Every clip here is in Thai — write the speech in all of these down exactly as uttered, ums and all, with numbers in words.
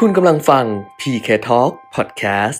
คุณกำลังฟัง พี เค Talk Podcast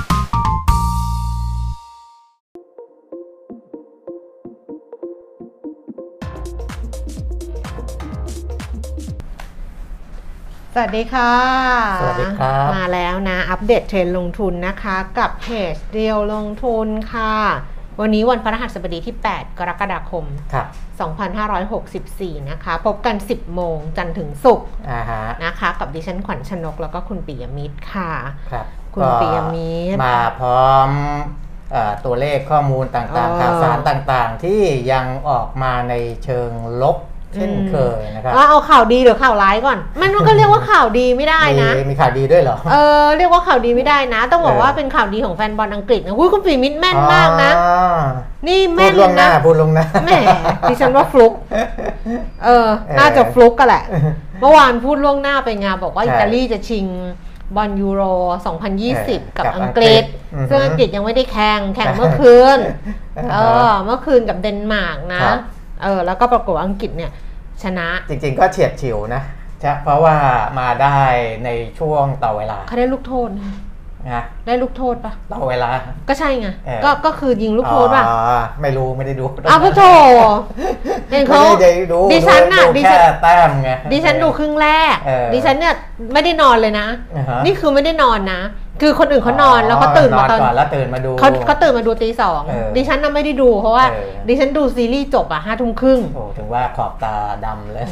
สวัสดีค่ะสวัสดีครับมาแล้วนะอัปเดตเทรนด์ลงทุนนะคะกับเพจเดียวลงทุนค่ะวันนี้วันพฤหัสบดีที่แปดกรกฎาคมสองพันห้าร้อยหกสิบสี่นะคะพบกันสิบโมงจันทร์ถึงศุกร์นะคะกับดิฉันขวัญชนกแล้วก็คุณปิยมิตรค่ะครับคุณปิยมิตรมาพร้อมเอ่อตัวเลขข้อมูลต่างๆข่าวสารต่างๆที่ยังออกมาในเชิงลบเช่นเคยนะครับว่าเอาข่าวดีหรือข่าวร้ายก่อนมันมันก็เรียกว่าข่าวดีไม่ได้นะมีข่าวดีด้วยเหรอเออเรียกว่าข่าวดีไม่ได้นะต้องบอกว่าเป็นข่าวดีของแฟนบอลอังกฤษนะคุณปิยมิตรแม่นมากนะนี่แม่นนะพูดลงหน้าแหมดิฉันว่าฟลุกเออน่าจะฟลุกกันแหละเมื่อวานพูดล่วงหน้าไปงานบอกว่าอิตาลีจะชิงบอลยูโรสองพันยี่สิบกับอังกฤษซึ่งอังกฤษยังไม่ได้แข่งแข่งเมื่อคืนเออเมื่อคืนกับเดนมาร์กนะเออแล้วก็ปรากฏว่าอังกฤษเนี่ยชนะจริงๆก็เฉียดฉิวนะเพราะว่ามาได้ในช่วงต่อเวลาเขาได้ลูกโทษนะได้ลูกโทษปะต่อเวลาก็ใช่ไงก็ก็คือยิงลูกโทษป่ะไม่รู้ไม่ได้ดูอ้าวพ่อโถเห็นเขาดิฉันน่ะดิฉันแต้มไงดิฉันดูครึ่งแรกดิฉันเนี่ยไม่ได้นอนเลยนะนี่คือไม่ได้นอนนะคือคนอื่นเขานอนแล้วเขาตื่นมาตอนแล้วตื่นมาดูเขาเขาตื่นมาดูตีสองดิฉันน่ะไม่ได้ดูเพราะว่าดิฉันดูซีรีส์จบอ่ะห้าทุ่มครึ่งโอ้ถึงว่าขอบตาดำเลย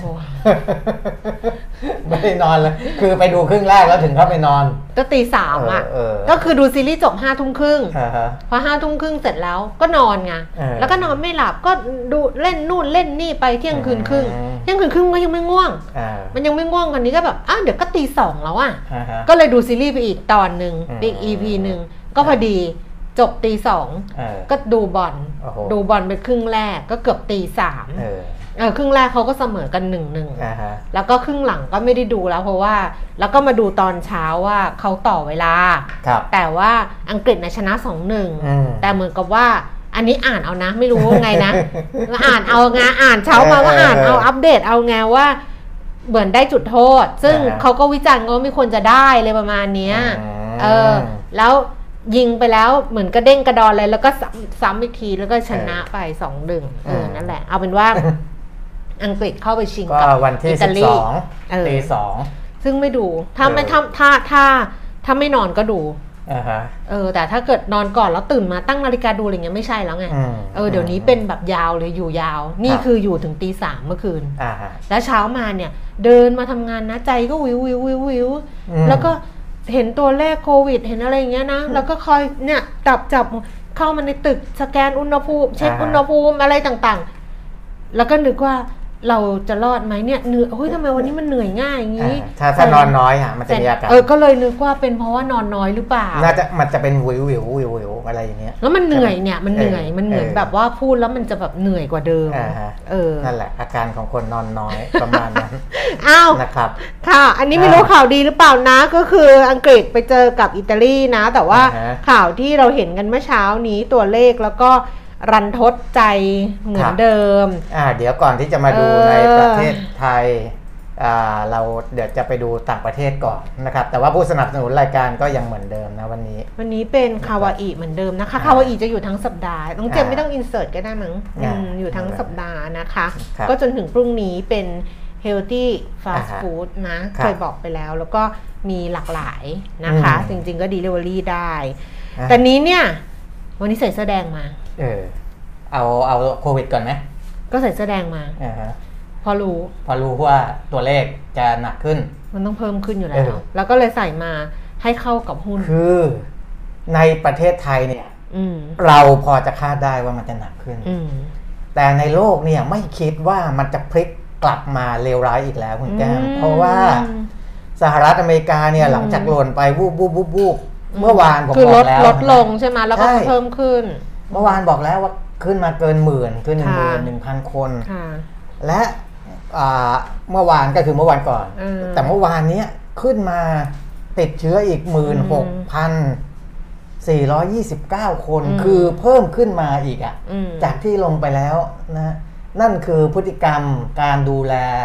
ไม่ได้นอนเลยคือไปดูครึ่งแรกแล้วถึงเข้าไปนอนก็ตีสามอ่ะก็คือดูซีรีส์จบห้าทุ่มครึ่งพอห้าทุ่มครึ่งเสร็จแล้วก็นอนไงแล้วก็นอนไม่หลับก็ดูเล่นนู่นเล่นนี่ไปเที่ยงคืนครึ่งเที่ยงคืนครึ่งก็ยังไม่ง่วงมันยังไม่ง่วงกันนี้ก็แบบอ้าวเดี๋ยวก็ตีสองแล้วอ่ะก็เลยดูซีรีส์ไปอีกตอนนึงอีก อี พี หนึ่งก็พอดีจบตีสองก็ดูบอลดูบอลไปครึ่งแรกก็เกือบตีสามเออครึ่งแรกเขาก็เสมอกันหนึ่งหนึ่งแล้วก็ครึ่งหลังก็ไม่ได้ดูแล้วเพราะว่าแล้วก็มาดูตอนเช้าว่าเขาต่อเวลาแต่ว่าอังกฤษนะชนะ สองหนึ่ง แต่เหมือนกับว่าอันนี้อ่านเอานะไม่รู้ว่าไงนะอ่านเอาไงอ่านเช้ามาว่าอ่านเอาอัปเดตเอาไงว่าเหมือนได้จุดโทษซึ่งเขาก็วิจารณ์ว่าไม่ควรจะได้เลยประมาณนี้เออแล้วยิงไปแล้วเหมือนกระเด้งกระดอนเลยแล้วก็ซ้ำอีกทีแล้วก็ชนะไป สองหนึ่ง เออนั่นแหละเอาเป็นว่าอังกฤษเข้าไปชิงกับอิตาลีตีสองซึ่งไม่ดูถ้าไม่ถ้าถ้าถ้าถ้าไม่นอนก็ดูเออแต่ถ้าเกิดนอนก่อนแล้วตื่นมาตั้งนาฬิกาดูอะไรเงี้ยไม่ใช่แล้วไงเออเดี๋ยวนี้เป็นแบบยาวเลยอยู่ยาวนี่คืออยู่ถึงตีสามเมื่อคืนแล้วเช้ามาเนี่ยเดินมาทำงานนะใจก็วิววิววิววิวแล้วก็เห็นตัวเลขโควิดเห็นอะไรเงี้ยนะแล้วก็คอยเนี่ยจับจับเข้ามาในตึกสแกนอุณหภูมิเช็คอุณหภูมิอะไรต่างๆแล้วก็นึกว่าเราจะรอดไหมเนี่ยเหนื่อยโอ้ยทำไมวันนี้มันเหนื่อยง่ายอย่างนี้ถ้าถ้านอนน้อยอ่ะมันจะมีอาการเออก็เลยนึกว่าเป็นเพราะว่านอนน้อยหรือเปล่าน่าจะมันจะเป็นวิววิววิววิวอะไรอย่างเงี้ยแล้วมันเหนื่อยเนี่ยมันเหนื่อยมันเหมือนแบบว่าพูดแล้วมันจะแบบเหนื่อยกว่าเดิมเออนั่นแหละอาการของคนนอนน้อยประมาณนั้นอ้าวนะครับค่ะอันนี้ไม่รู้ข่าวดีหรือเปล่านะก็คืออังกฤษไปเจอกับอิตาลีนะแต่ว่าข่าวที่เราเห็นกันเมื่อเช้านี้ตัวเลขแล้วก็รันทดใจเหมือนเดิมอ่าเดี๋ยวก่อนที่จะมาดูในประเทศไทยอ่าเราเดี๋ยวจะไปดูต่างประเทศก่อนนะครับแต่ว่าผู้สนับสนุนรายการก็ยังเหมือนเดิมนะวันนี้วันนี้เป็นคาวาอิเหมือนเดิมนะคะคาวาอิจะอยู่ทั้งสัปดาห์น้องเจมไม่ต้องอินเสิร์ตก็ได้มั้งอยู่ทั้งสัปดาห์นะคะก็จนถึงพรุ่งนี้เป็น healthy fast food นะเคยบอกไปแล้วแล้วก็มีหลากหลายนะคะจริงๆก็ delivery ได้แต่นี้เนี่ยวันนี้ใส่เสื้อแดงมาเออเอาเอาโควิดก่อนไหมก็ใส่เสื้อแดงมาอ่าฮะพอรู้พอรู้ว่าตัวเลขจะหนักขึ้นมันต้องเพิ่มขึ้นอยู่แล้วแล้วก็เลยใส่มาให้เข้ากับหุ้นคือในประเทศไทยเนี่ยเราพอจะคาดได้ว่ามันจะหนักขึ้นแต่ในโลกเนี่ยไม่คิดว่ามันจะพลิกกลับมาเลวร้ายอีกแล้วคุณแก้มเพราะว่าสหรัฐอเมริกาเนี่ยหลังจากหล่นไปวูบวูบวูบวูบเมื่อวานผมบอกแล้วลดลงใช่ไหมแล้วก็เพิ่มขึ้นเมื่อวานบอกแล้วว่าขึ้นมาเกินหมื่นขึ้นหนึ่งหมื่นหนึ่งพันคนและเมื่อวานก็คือเมื่อวานก่อนแต่เมื่อวานนี้ขึ้นมาติดเชื้ออีก หนึ่งหมื่นหกพันสี่ร้อยยี่สิบเก้า คนคือเพิ่มขึ้นมาอีกอ่ะจากที่ลงไปแล้วนะนั่นคือพฤติกรรมการดูแล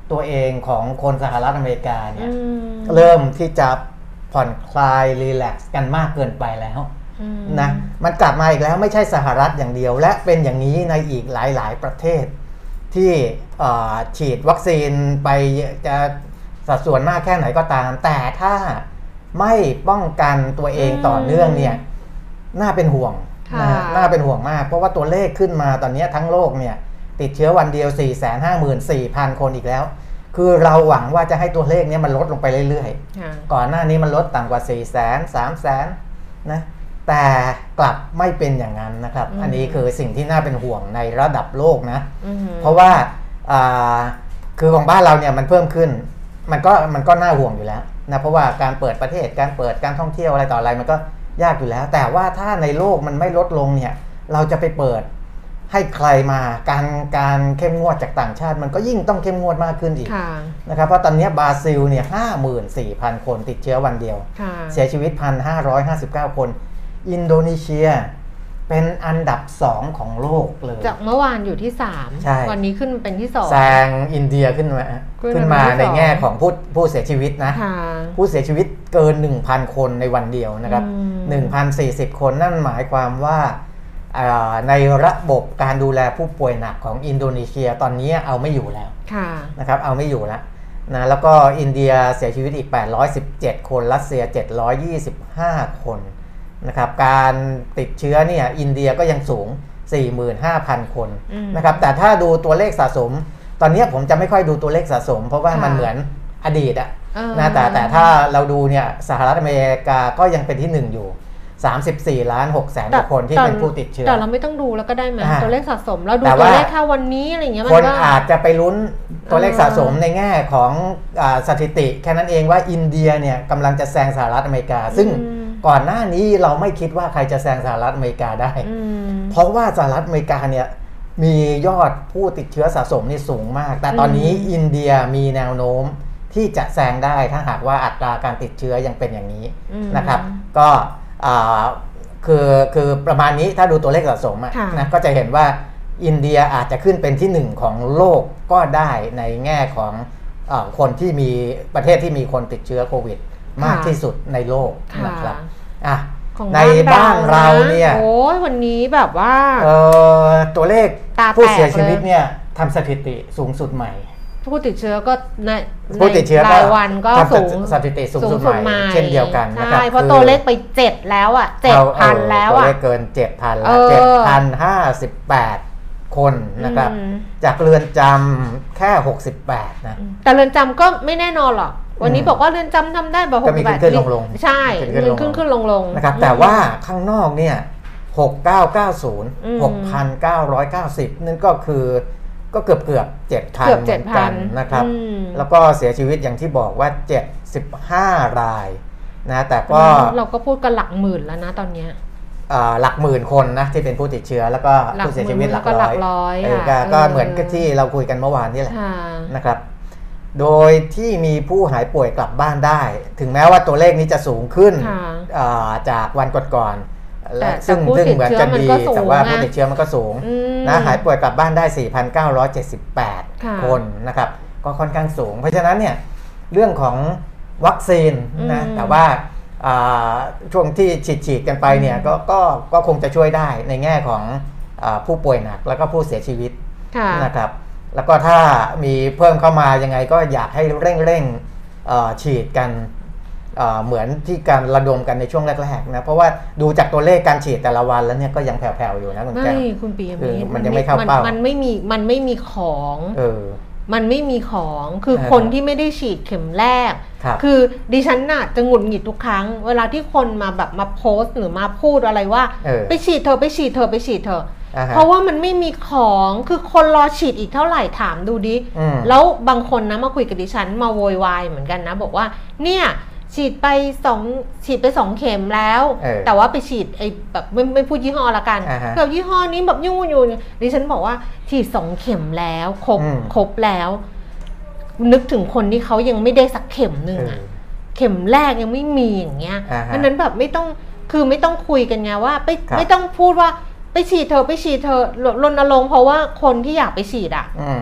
ตัวเองของคนสหรัฐอเมริกาเนี่ยเริ่มที่จะผ่อนคลายรีแลกซ์กันมากเกินไปแล้วนะมันกลับมาอีกแล้วไม่ใช่สหรัฐอย่างเดียวและเป็นอย่างนี้ในอีกหลายๆประเทศที่ฉีดวัคซีนไปจะสัดส่วนมากแค่ไหนก็ตามแต่ถ้าไม่ป้องกันตัวเองต่อเนื่องเนี่ยน่าเป็นห่วงนะน่าเป็นห่วงมากเพราะว่าตัวเลขขึ้นมาตอนนี้ทั้งโลกเนี่ยติดเชื้อวันเดียว สี่แสนห้าหมื่นสี่พัน คนอีกแล้วคือเราหวังว่าจะให้ตัวเลขนี้มันลดลงไปเรื่อยๆก่อนหน้านี้มันลดต่ำกว่า สี่แสน สามแสนนะแต่กลับไม่เป็นอย่างนั้นนะครับอันนี้คือสิ่งที่น่าเป็นห่วงในระดับโลกนะเพราะว่าคือของบ้านเราเนี่ยมันเพิ่มขึ้นมันก็มันก็น่าห่วงอยู่แล้วนะเพราะว่าการเปิดประเทศการเปิดการท่องเที่ยวอะไรต่ออะไรมันก็ยากอยู่แล้วแต่ว่าถ้าในโลกมันไม่ลดลงเนี่ยเราจะไปเปิดให้ใครมาการการเข้มงวดจากต่างชาติมันก็ยิ่งต้องเข้มงวดมากขึ้นอีกนะครับเพราะตอนนี้บราซิลเนี่ย ห้าหมื่นสี่พัน คนติดเชื้อวันเดียวเสียชีวิต หนึ่งพันห้าร้อยห้าสิบเก้า คนอินโดนีเซียเป็นอันดับสองของโลกเลยจากเมื่อวานอยู่ที่สามวันนี้ขึ้นเป็นที่สองแซงอินเดียขึ้นมาขึ้นมาในแง่ของผู้ผู้เสียชีวิตนะผู้เสียชีวิตเกิน หนึ่งพัน คนในวันเดียวนะครับ หนึ่งพันสี่สิบ คนนั่นหมายความว่าในระบบการดูแลผู้ป่วยหนักของอินโดนีเซียตอนนี้เอาไม่อยู่แล้วนะครับเอาไม่อยู่แล้วนะแล้วก็อินเดียเสียชีวิตอีกแปดร้อยสิบเจ็ดคนรัสเซียเจ็ดร้อยยี่สิบห้าคนนะครับการติดเชื้อเนี่ยอินเดียก็ยังสูง สี่หมื่นห้าพัน คนนะครับแต่ถ้าดูตัวเลขสะสมตอนนี้ผมจะไม่ค่อยดูตัวเลขสะสมเพราะว่ามันเหมือนอดีตอะนะแต่แต่ถ้าเราดูเนี่ยสหรัฐอเมริกาก็ยังเป็นที่หนึ่งอยู่สามสิบสี่ล้านหกแสนกว่าคนที่เป็นผู้ติดเชื้อแต่เราไม่ต้องดูแล้วก็ได้ไหมตัวเลขสะสมเราดูตัวเลขแค่วันนี้อะไรเงี้ยมันก็คนอาจจะไปลุ้นตัวเลขสะสมในแง่ของสถิติแค่นั้นเองว่าอินเดียเนี่ยกำลังจะแซงสหรัฐอเมริกาซึ่งก่อนหน้านี้เราไม่คิดว่าใครจะแซงสหรัฐอเมริกาได้เพราะว่าสหรัฐอเมริกาเนี่ยมียอดผู้ติดเชื้อสะสมนี่สูงมากแต่ตอนนี้อินเดียมีแนวโน้มที่จะแซงได้ถ้าหากว่าอัตราการติดเชื้อยังเป็นอย่างนี้นะครับก็คือคือประมาณนี้ถ้าดูตัวเลขสะสมนะก็จะเห็นว่าอินเดียอาจจะขึ้นเป็นที่หนึ่งของโลกก็ได้ในแง่ของเอ่อคนที่มีประเทศที่มีคนติดเชื้อโควิดมากที่สุดในโลกนะครับอ่ะในบ้านเราเนี่ยโอ้ยวันนี้แบบว่าเอ่อตัวเลขผู้เสียชีวิตเนี่ยทำสถิติสูงสุดใหม่ผู้ติดเชื้อก็ในผู้ติดเชื้อรายวันก็สูงสถิติสูงสุดใหม่เช่นเดียวกันนะครับใช่เพราะตัวเลขไปเจ็ดแล้วอ่ะ เจ็ดพัน แล้วอ่ะตัวเลขเกิน เจ็ดพัน แล้ว เจ็ดพันห้าสิบแปด คนนะครับจากเรือนจำแค่หกสิบแปดนะแต่เรือนจำก็ไม่แน่นอนหรอกวันนี้บอกว่าเรือนจำทำได้แบบหกสิบแปดขึ้นลงใช่ขึ้นขึ้นลงลงนะครับแต่ว่าข้างนอกเนี่ยหกพันเก้าร้อยเก้าสิบ หกพันเก้าร้อยเก้าสิบนั่นก็คือก็เกือบเกือบ เจ็ดพัน เหมือนกันนะครับแล้วก็เสียชีวิตอย่างที่บอกว่าเจ็ดสิบห้ารายนะแต่ก็เราก็พูดกันหลักหมื่นแล้วนะตอนนี้หลักหมื่นคนนะที่เป็นผู้ติดเชื้อแล้วก็ผู้เสียชีวิตหลักร้อยก็เหมือนกับที่เราคุยกันเมื่อวานนี่แหละนะครับโดยที่มีผู้หายป่วยกลับบ้านได้ถึงแม้ว่าตัวเลขนี้จะสูงขึ้นจากวันก่อนๆซึ่งซึ่งเหมือนจะดีแต่ว่าผู้ติดเชื้อมันก็สูงนะหายป่วยกลับบ้านได้ สี่พันเก้าร้อยเจ็ดสิบแปด คนนะครับก็ค่อนข้างสูงเพราะฉะนั้นเนี่ยเรื่องของวัคซีนนะแต่ว่าช่วงที่ฉีดๆกันไปเนี่ยก็ก็ก็คงจะช่วยได้ในแง่ของผู้ป่วยหนักแล้วก็ผู้เสียชีวิตนะครับแล้วก็ถ้ามีเพิ่มเข้ามายังไงก็อยากให้เร่งๆฉีดกันเหมือนที่การระดมกันในช่วงแรกๆนะเพราะว่าดูจากตัวเลขการฉีดแต่ละวันแล้วเนี่ยก็ยังแผ่วๆอยู่นะคุณแก้วไม่คุณปีคือมันยังไม่เข้าเป้ามันไม่มีมันไม่มีของเออมันไม่มีของคือคนที่ไม่ได้ฉีดเข็มแรกคือดิฉันน่ะจะหงุดหงิดทุกครั้งเวลาที่คนมาแบบมาโพสต์หรือมาพูดอะไรว่าไปฉีดเธอไปฉีดเธอไปฉีดเธอเพราะว่ามันไม่มีของคือคนรอฉีดอีกเท่าไหร่ถามดูดิแล้วบางคนนะมาคุยกับดิฉันมาโวยวายเหมือนกันนะบอกว่าเนี่ยฉีดไปสองฉีดไปสองเข็มแล้วแต่ว่าไปฉีดไอ้แบบไม่ไม่พูดยี่ห้อละกันแบบยี่ห้อนี้แบบยุ่งอยู่ดิฉันบอกว่าฉีดสองเข็มแล้วครบครบแล้วนึกถึงคนที่เขายังไม่ได้สักเข็มหนึ่งอะเข็มแรกยังไม่มีอย่างเงี้ยเพราะนั้นแบบไม่ต้องคือไม่ต้องคุยกันไงว่าไปไม่ต้องพูดว่าไปฉีดเธอไปฉีดเธอรณรงค์เพราะว่าคนที่อยากไปฉีดอ่ะ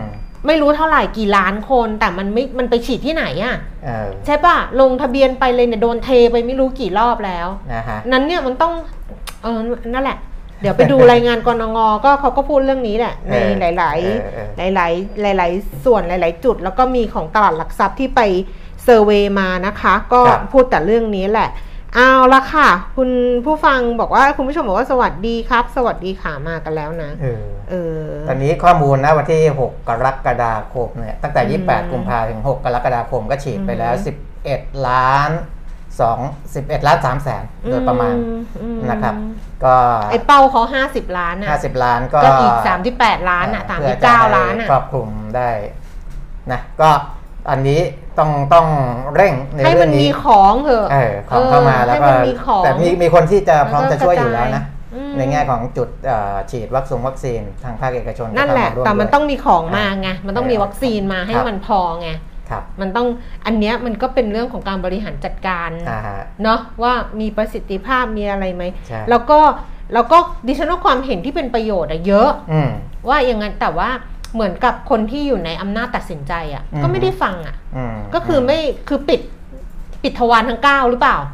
ไม่รู้เท่าไหร่กี่ล้านคนแต่มันไม่มันไปฉีดที่ไหนอ่ะใช่ป่ะลงทะเบียนไปเลยเนี่ยโดนเทไปไม่รู้กี่รอบแล้วนั้นเนี่ยมันต้องเออนั่นแหละเดี๋ยวไปดูรายงานกนงก็เขาก็พูดเรื่องนี้แหละในหลายๆหลายๆหลายๆส่วนหลายๆจุดแล้วก็มีของตลาดหลักทรัพย์ที่ไปเซอร์เวย์มานะคะก็พูดแต่เรื่องนี้แหละเอาละค่ะคุณผู้ฟังบอกว่าคุณผู้ชมบอกว่าสวัสดีครับสวัสดีค่ะมากันแล้วนะเออเออตอนนี้ข้อมูลนะวันที่หกกรกฎาคมเนี่ยตั้งแต่ยี่สิบแปดกุมภาพันธ์ถึงหกกรกฎาคมก็ฉีดไปแล้วสิบเอ็ดล้านสอง สิบเอ็ดล้านสามแสนโดยประมาณนะครับก็ไอ้เป้าเขาห้าสิบล้านน่ะห้าสิบล้านก็อีกสามสิบแปดล้านน่ะสามสิบเก้าล้านน่ะครอบคลุมได้นะก็อันนี้ต้องต้องเร่งในเรื่องนี้ให้มันมีของเถอะเออของเข้ามาแล้วก็แต่มีมีคนที่จะพร้อมจะช่วยอยู่แล้วนะในแง่ของจุดฉีดวัคซีนวัคซีนทางภาคเอกชนนั่นแหละแต่มันต้องมีของมาไงมันต้องมีวัคซีนมาให้มันพอไงมันต้องอันเนี้ยมันก็เป็นเรื่องของการบริหารจัดการเนาะว่ามีประสิทธิภาพมีอะไรไหมแล้วก็แล้วก็ดิฉันว่าความเห็นที่เป็นประโยชน์อะเยอะว่าอย่างนั้นแต่ว่าเหมือนกับคนที่อยู่ในอำนาจตัดสินใจอ่ะก็ไม่ได้ฟังอ่ะก็คือไม่คือปิดปิดทวารทั้งเก้าหรือเปล่า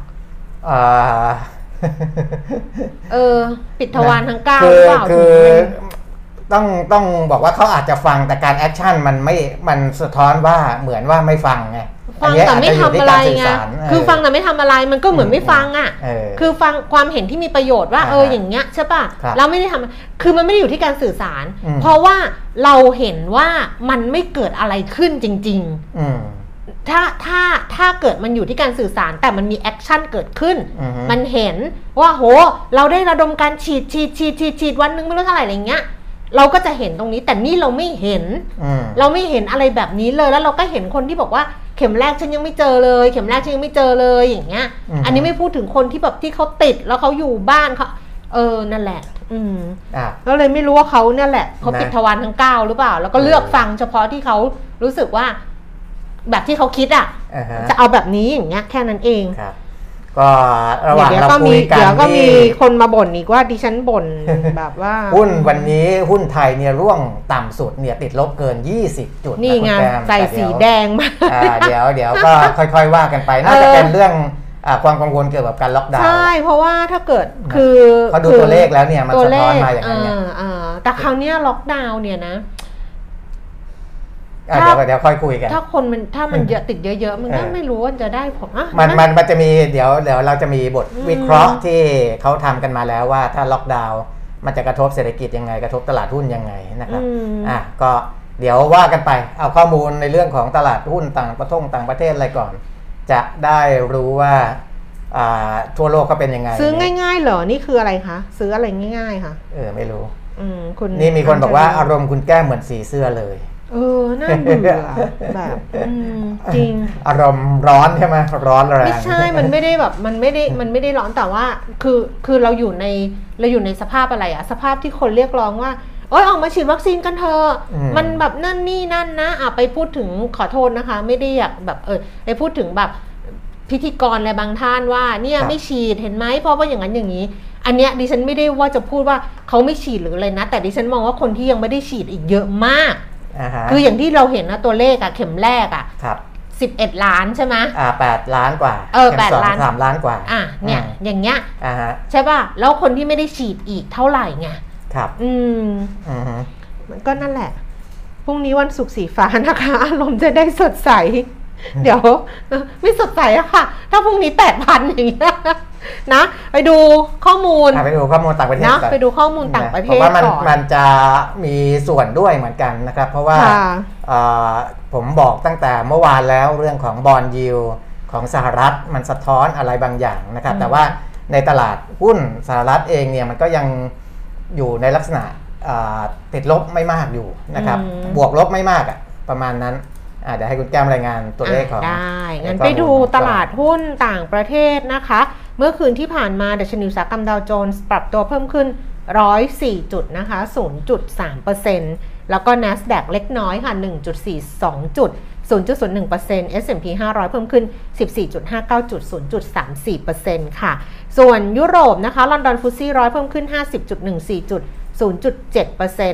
เออปิดทวารทั้งเก้าหรือเปล่าคือต้องต้องบอกว่าเขาอาจจะฟังแต่การแอคชั่นมันไม่มันสะท้อนว่าเหมือนว่าไม่ฟังไงฟังแต่ไม่ทำอะไรไงคือฟังแต่ไม่ทำอะไรมันก็เหมือนไม่ฟังอ่ะคือฟังความเห็นที่มีประโยชน์ว่าเอออย่างเงี้ยใช่ป่ะเราไม่ได้ทำคือมันไม่ได้อยู่ที่การสื่อสารเพราะว่าเราเห็นว่ามันไม่เกิดอะไรขึ้นจริงๆถ้าถ้าถ้าเกิดมันอยู่ที่การสื่อสารแต่มันมีแอคชั่นเกิดขึ้นมันเห็นว่าโหเราได้ระดมการฉีดฉีดฉีดฉีดฉีดวันนึงไม่รู้เท่าไหร่อะไรเงี้ยเราก็จะเห็นตรงนี้แต่นี่เราไม่เห็นเราไม่เห็นอะไรแบบนี้เลยแล้วเราก็เห็นคนที่บอกว่าเข็มแรกฉันยังไม่เจอเลยเข็มแรกฉันยังไม่เจอเลยอย่างเงี้ยอันนี้ไม่พูดถึงคนที่แบบที่เขาติดแล้วเขาอยู่บ้านเขาเออนั่นแหละอืมแล้วเลยไม่รู้ว่าเขาเนี่ยแหละเขาปิดทวารทั้งเก้าหรือเปล่าแล้วก็เลือกฟังเฉพาะที่เขารู้สึกว่าแบบที่เขาคิดอ่ะจะเอาแบบนี้อย่างเงี้ยแค่นั้นเองก็ระหว่างเราคุยกันเดี๋ยวก็มีคนมาบ่นอีกว่าดิฉันบ่นแบบว่าหุ้นวันนี้หุ้นไทยเนี่ยร่วงต่ำสุดเนี่ยติดลบเกินยี่สิบจุดนี่ไงใส่สีแดงมาเดี๋ยวเดี๋ยวก็ค่อยๆว่ากันไปน่าจะเป็นเรื่องความกังวลเกี่ยวกับการล็อกดาวน์ใช่เพราะว่าถ้าเกิดคือเขาดูตัวเลขแล้วเนี่ยมันสะท้อนมาอย่างนั้นแต่คราวนี้ล็อกดาวน์เนี่ยนะเดี๋ยวเดี๋ยวค่อยคุยกันถ้าคนมันถ้ามันเยอะติดเยอะๆมันก็ไม่รู้ว่าจะได้ผลมันมันมันจะมีเดี๋ยวเดี๋ยวเราจะมีบทวิเคราะห์ที่เขาทำกันมาแล้วว่าถ้าล็อกดาวน์มันจะกระทบเศรษฐกิจยังไงกระทบตลาดหุ้นยังไงนะครับอ่ะก็เดี๋ยวว่ากันไปเอาข้อมูลในเรื่องของตลาดหุ้นต่างประเทศต่างประเทศอะไรก่อนจะได้รู้ว่าทั่วโลกเขาเป็นยังไงซื้อง่ายๆเหรอนี่คืออะไรคะซื้ออะไรง่ายๆคะเออไม่รู้นี่มีคนบอกว่าอารมณ์คุณแก้เหมือนสีเสื้อเลยเออน่าเบื่อแบบจริงอารมณ์ร้อนใช่ไหมร้อนแรงไม่ใช่มันไม่ได้แบบมันไม่ได้มันไม่ได้ร้อนแต่ว่าคือคือเราอยู่ในเราอยู่ในสภาพอะไรอะสภาพที่คนเรียกร้องว่าโอ๊ยออกมาฉีดวัคซีนกันเถอะมันแบบนั่นนี่นั่นนะอ่ะไปพูดถึงขอโทษนะคะไม่ได้อยากแบบเออไปพูดถึงแบบพิธีกรอะไรบางท่านว่าเนี่ยไม่ฉีดเห็นไหมเพราะว่าอย่างนั้นอย่างนี้อันเนี้ยดิฉันไม่ได้ว่าจะพูดว่าเขาไม่ฉีดหรืออะไรนะแต่ดิฉันมองว่าคนที่ยังไม่ได้ฉีดอีกเยอะมากคืออย่างที่เราเห็นนะตัวเลขอะเข็มแรกอะสิบเอ็ดล้านใช่ไหมอ่าแปดล้านกว่าเออแปดล้านสามล้านกว่าอ่ะเนี่ยอย่างเงี้ยอ่าฮะใช่ป่ะแล้วคนที่ไม่ได้ฉีดอีกเท่าไหร่ไงครับอืมอือมันก็นั่นแหละพรุ่งนี้วันศุกร์สีฟ้านะคะอารมณ์จะได้สดใสเดี๋ยวไม่สดใสอะค่ะถ้าพรุ่งนี้แปดพันอย่างเงี้ยนะไปดูข้อมูลไปดูข้อมูลต่างประเทศนะไปดูข้อมูลต่างประเทศก่อนเพราะว่ามันมันจะมีส่วนด้วยเหมือนกันนะครับเพราะว่าผมบอกตั้งแต่เมื่อวานแล้วเรื่องของบอนด์ยิลด์ของสหรัฐมันสะท้อนอะไรบางอย่างนะครับแต่ว่าในตลาดหุ้นสหรัฐเองเนี่ยมันก็ยังอยู่ในลักษณะติดลบไม่มากอยู่นะครับบวกลบไม่มากอะประมาณนั้นเดี๋ยวให้คุณแก้มรายงานตัวเลขของได้งั้นไปดูตลาดหุ้นต่างประเทศนะคะเมื่อคืนที่ผ่านมาดัชนีอุตสาหกรรมดาวโจนส์ปรับตัวเพิ่มขึ้นหนึ่งร้อยสี่จุดนะคะ ศูนย์จุดสามเปอร์เซ็นต์ แล้วก็ NASDAQ เล็กน้อยค่ะ หนึ่งจุดสี่สอง จุด ศูนย์จุดศูนย์หนึ่งเปอร์เซ็นต์ เอส แอนด์ พี ห้าร้อยเพิ่มขึ้น สิบสี่จุดห้าเก้า จุด ศูนย์จุดสามสี่เปอร์เซ็นต์ ค่ะส่วนยุโรปนะคะลอนดอนฟุตซี่ร้อยเพิ่มขึ้น ห้าสิบจุดหนึ่งสี่ จุด ศูนย์จุดเจ็ดเปอร์เซ็นต์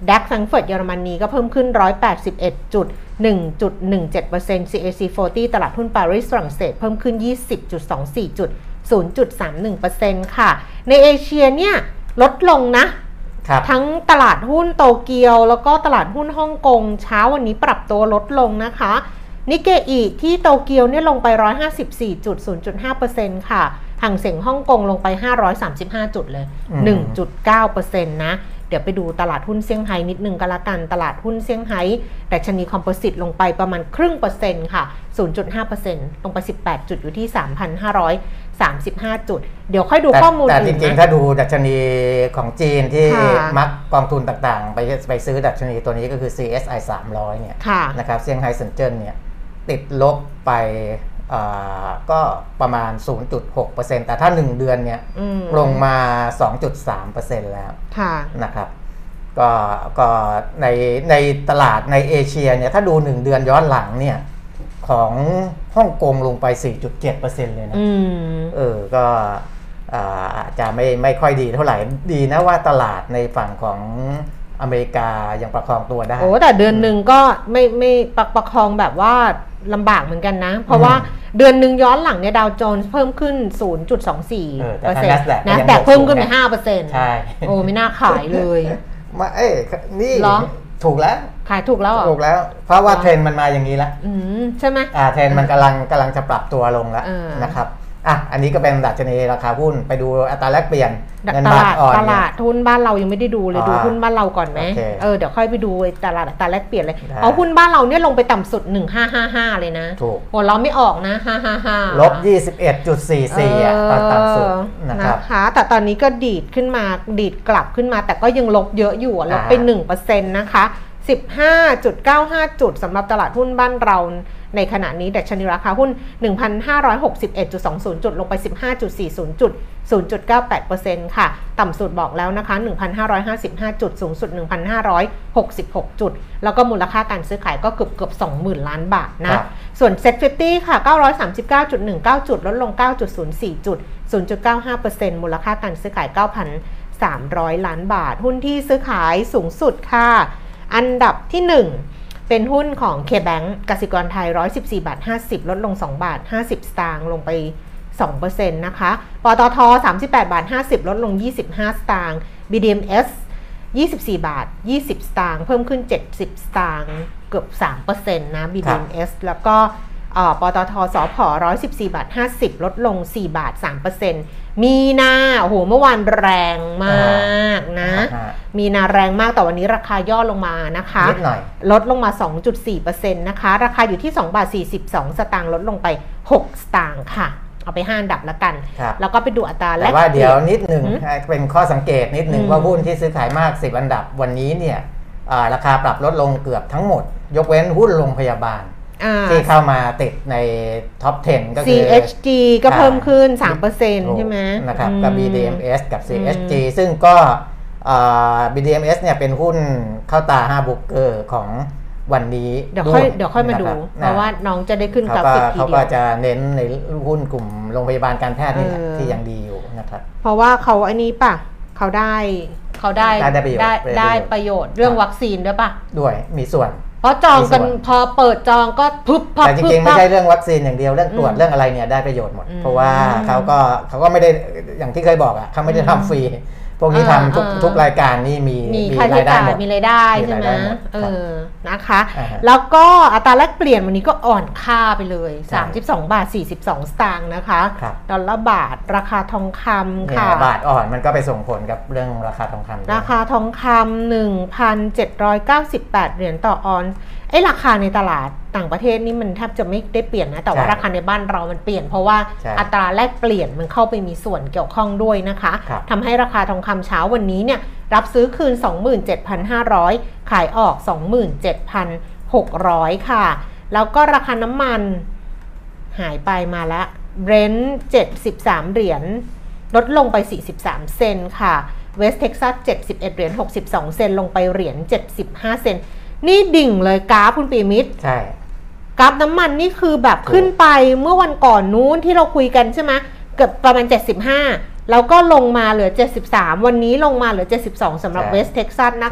ดัค Frankfurt เยอรมนีก็เพิ่มขึ้น หนึ่งร้อยแปดสิบเอ็ดจุดหนึ่งจุดหนึ่งเจ็ดเปอร์เซ็นต์ ซี เอ ซี สี่สิบ ตลาดหุ้นปารีสฝรั่งเศสเพิ่มขึ้น ยี่สิบจุดสองสี่จุด ศูนย์จุดสามหนึ่งเปอร์เซ็นต์ ค่ะในเอเชียเนี่ยลดลงนะทั้งตลาดหุ้นโตเกียวแล้วก็ตลาดหุ้นฮ่องกงเช้าวันนี้ปรับตัวลดลงนะคะนิเกอิที่โตเกียวเนี่ยลงไป หนึ่งร้อยห้าสิบสี่จุดศูนย์จุดห้าเปอร์เซ็นต์ ค่ะห่างเส็งฮ่องกงลงไปห้าร้อยสามสิบห้าจุดเลย หนึ่งจุดเก้าเปอร์เซ็นต์ นะเดี๋ยวไปดูตลาดหุ้นเซี่ยงไฮ้นิดนึงก็แล้วกันตลาดหุ้นเซี่ยงไฮ้ดัชนีคอมโพสิตลงไปประมาณครึ่งเปอร์เซ็นต์ค่ะ ศูนย์จุดห้าเปอร์เซ็นต์ ลงไปสิบแปดจุดอยู่ที่ สามพันห้าร้อยสามสิบห้า จุดเดี๋ยวค่อยดูข้อมูลแต่จริงๆถ้าดูดัชนีของจีนที่มักกองทุนต่างๆไปไปซื้อดัชนีตัวนี้ก็คือ ซี เอส ไอ สามร้อยเนี่ยนะครับเซี่ยงไฮ้เซินเจิ้นเนี่ยติดลบไปก็ประมาณ ศูนย์จุดหกเปอร์เซ็นต์ แต่ถ้าหนึ่งเดือนเนี่ยลงมา สองจุดสามเปอร์เซ็นต์ แล้วนะครับก็ก็ในในตลาดในเอเชียเนี่ยถ้าดูหนึ่งเดือนย้อนหลังเนี่ยของฮ่องกงลงไป สี่จุดเจ็ดเปอร์เซ็นต์ เลยนะเออก็อาจจะไม่ไม่ค่อยดีเท่าไหร่ดีนะว่าตลาดในฝั่งของอเมริกายังประคองตัวได้โอ้แต่เดือนหนึ่งก็ไม่ไม่ประประคองแบบว่าลำบากเหมือนกันนะเพราะว่าเดือนหนึ่งย้อนหลังเนี่ยดาวโจนส์เพิ่มขึ้น ศูนย์จุดสองสี่เปอร์เซ็นต์ นะแต่เพิ่มขึ้นไป ห้าเปอร์เซ็นต์ใช่โอ้ไม่น่าขายเลยมาเอ้นี่ถูกแล้วขายถูกแล้วถูกแล้วเพราะว่าเทรนด์มันมาอย่างนี้แล้วใช่ไหมอ่าเทรนด์มันกำลังกำลังจะปรับตัวลงแล้วนะครับอ่ะอันนี้ก็เป็นดัชนีราคาหุ้นไปดูอัตราแลกเปลี่ยนเงินบาทอ่อนตลาดหุ้นบ้านเรายังไม่ได้ดูเลยดูหุ้นบ้านเราก่อนไหมเออเดี๋ยวค่อยไปดูตลาดอัตราแลกเปลี่ยนเลยเพราะหุ้นบ้านเราเนี่ยลงไปต่ำสุดหนึ่งพันห้าร้อยห้าสิบห้าเลยนะถูกโอ้เราไม่ออกนะห้าร้อยห้าสิบห้าลบ ยี่สิบเอ็ดจุดสี่สี่ อ่ะตอนต่ำสุดนะครับนะคะแต่ตอนนี้ก็ดีดขึ้นมาดีดกลับขึ้นมาแต่ก็ยังลบเยอะอยู่ลบไป หนึ่งเปอร์เซ็นต์ นะคะ สิบห้าจุดเก้าห้า จุดสำหรับตลาดหุ้นบ้านเราในขณะนี้ดัชนีราคาหุ้น หนึ่งพันห้าร้อยหกสิบเอ็ดจุดสองศูนย์ จุดลงไป สิบห้าจุดสี่ศูนย์ จุด ศูนย์จุดเก้าแปดเปอร์เซ็นต์ ค่ะต่ำสุดบอกแล้วนะคะ หนึ่งพันห้าร้อยห้าสิบห้า จุดสูงสุด หนึ่งพันห้าร้อยหกสิบหก จุดแล้วก็มูลค่าการซื้อขายก็เกือบเกือบ สองหมื่น ล้านบาทนะส่วน เซ็ต ห้าสิบ ค่ะ เก้าร้อยสามสิบเก้าจุดหนึ่งเก้า จุดลดลง เก้าจุดศูนย์สี่ จุด ศูนย์จุดเก้าห้าเปอร์เซ็นต์ มูลค่าการซื้อขาย เก้าพันสามร้อย ล้านบาทหุ้นที่ซื้อขายสูงสุดค่ะอันดับที่หนึ่งเป็นหุ้นของ K-Bank กสิกรไทยหนึ่งร้อยสิบสี่บาทห้าสิบลดลงสองบาทห้าสิบสตางค์ลงไป สองเปอร์เซ็นต์ นะคะปตทสามสิบแปดบาทห้าสิบลดลงยี่สิบห้าสตางค์ บี ดี เอ็ม เอส ยี่สิบสี่บาทยี่สิบสตางค์เพิ่มขึ้นเจ็ดสิบสตางค์เกือบ สามเปอร์เซ็นต์ นะ บี ดี เอ็ม เอส แล้วก็ปตทสผหนึ่งร้อยสิบสี่บาทห้าสิบลดลงสี่บาท สามเปอร์เซ็นต์ มีนาโอ้โหเมื่อวานแรงมากนะมีนาแรงมากแต่วันนี้ราคาย่อลงมานะคะลดลงมา สองจุดสี่เปอร์เซ็นต์ นะคะราคาอยู่ที่สองบาทสี่สิบสองสตางค์ลดลงไปหกสตางค์ค่ะเอาไปห้าอันดับแล้วกันแล้วก็ไปดูอัตราแลกแต่ว่าเดี๋ยวนิดหนึ่งเป็นข้อสังเกตนิดหนึ่งว่าหุ้นที่ซื้อขายมากสิบอันดับวันนี้เนี่ยราคาปรับลดลงเกือบทั้งหมดยกเว้นหุ้นโรงพยาบาลที่เข้ามาติดในท็อปสิบก็คือซี เอช จี ก็เพิ่มขึ้น สามเปอร์เซ็นต์ ใช่ไหมนะครับกับ บี ดี เอ็ม เอส กับ ซี เอช จี ซึ่งก็ บี ดี เอ็ม เอส เนี่ยเป็นหุ้นเข้าตาห้าบุ๊กเกอร์ของวันนี้เดี๋ยวค่อยเดี๋ยวค่อยมาดูเพราะว่าน้องจะได้ขึ้นกราฟิกทีเดียวเขาก็จะเน้นในหุ้นกลุ่มโรงพยาบาลการแพทย์นี่แหละที่ยังดีอยู่นะครับเพราะว่าเขาไอ้นี้ป่ะเขาได้เขาได้ได้ได้ประโยชน์เรื่องวัคซีนด้วยป่ะด้วยมีส่วนเพราะจองกันพอเปิดจองก็พึบพับแต่จริงๆไม่ใช่เรื่องวัคซีนอย่างเดียวเรื่องตรวจเรื่องอะไรเนี่ยได้ประโยชน์หมดเพราะว่าเขาก็เขาก็ไม่ได้อย่างที่เคยบอกอ่ะเขาไม่ได้ทำฟรีพวกนี้ทำทุกทุกรายการนี่มีมีรายได้หมดมีรายได้ใช่ไหมเออนะคะแล้วก็อัตราแลกเปลี่ยนวันนี้ก็อ่อนค่าไปเลยสามสิบสองบาทสี่สิบสองสตางค์นะคะดอลลาร์บาทราคาทองคำค่ะบาทอ่อนมันก็ไปส่งผลกับเรื่องราคาทองคำราคาทองคำ หนึ่งพันเจ็ดร้อยเก้าสิบแปด เหรียญต่อออนซ์ไอ้ราคาในตลาดต่างประเทศนี่มันแทบจะไม่ได้เปลี่ยนนะแต่ว่าราคาในบ้านเรามันเปลี่ยนเพราะว่าอัตราแลกเปลี่ยนมันเข้าไปมีส่วนเกี่ยวข้องด้วยนะคะทำให้ราคาทองคำเช้าวันนี้เนี่ยรับซื้อคืน สองหมื่นเจ็ดพันห้าร้อย ขายออก สองหมื่นเจ็ดพันหกร้อย ค่ะแล้วก็ราคาน้ำมันหายไปมาแล้วเบรนท์เจ็ดสิบสามเหรียญลดลงไปสี่สิบสามเซนต์ค่ะเวสเท็กซัสเจ็ดสิบเอ็ดเหรียญหกสิบสองเซนต์ลงไปเหรียญเจ็ดสิบห้าเซนต์นี่ดิ่งเลยกราฟคุณปีมิตรใช่กราฟน้ำมันนี่คือแบบขึ้นไปเมื่อวันก่อนนู้นที่เราคุยกันใช่ไหมเกือบประมาณเจ็ดสิบห้าแล้วก็ลงมาเหลือเจ็ดสิบสามวันนี้ลงมาเหลือเจ็ดสิบสองสำหรับเวสเท็กซัสนะคะ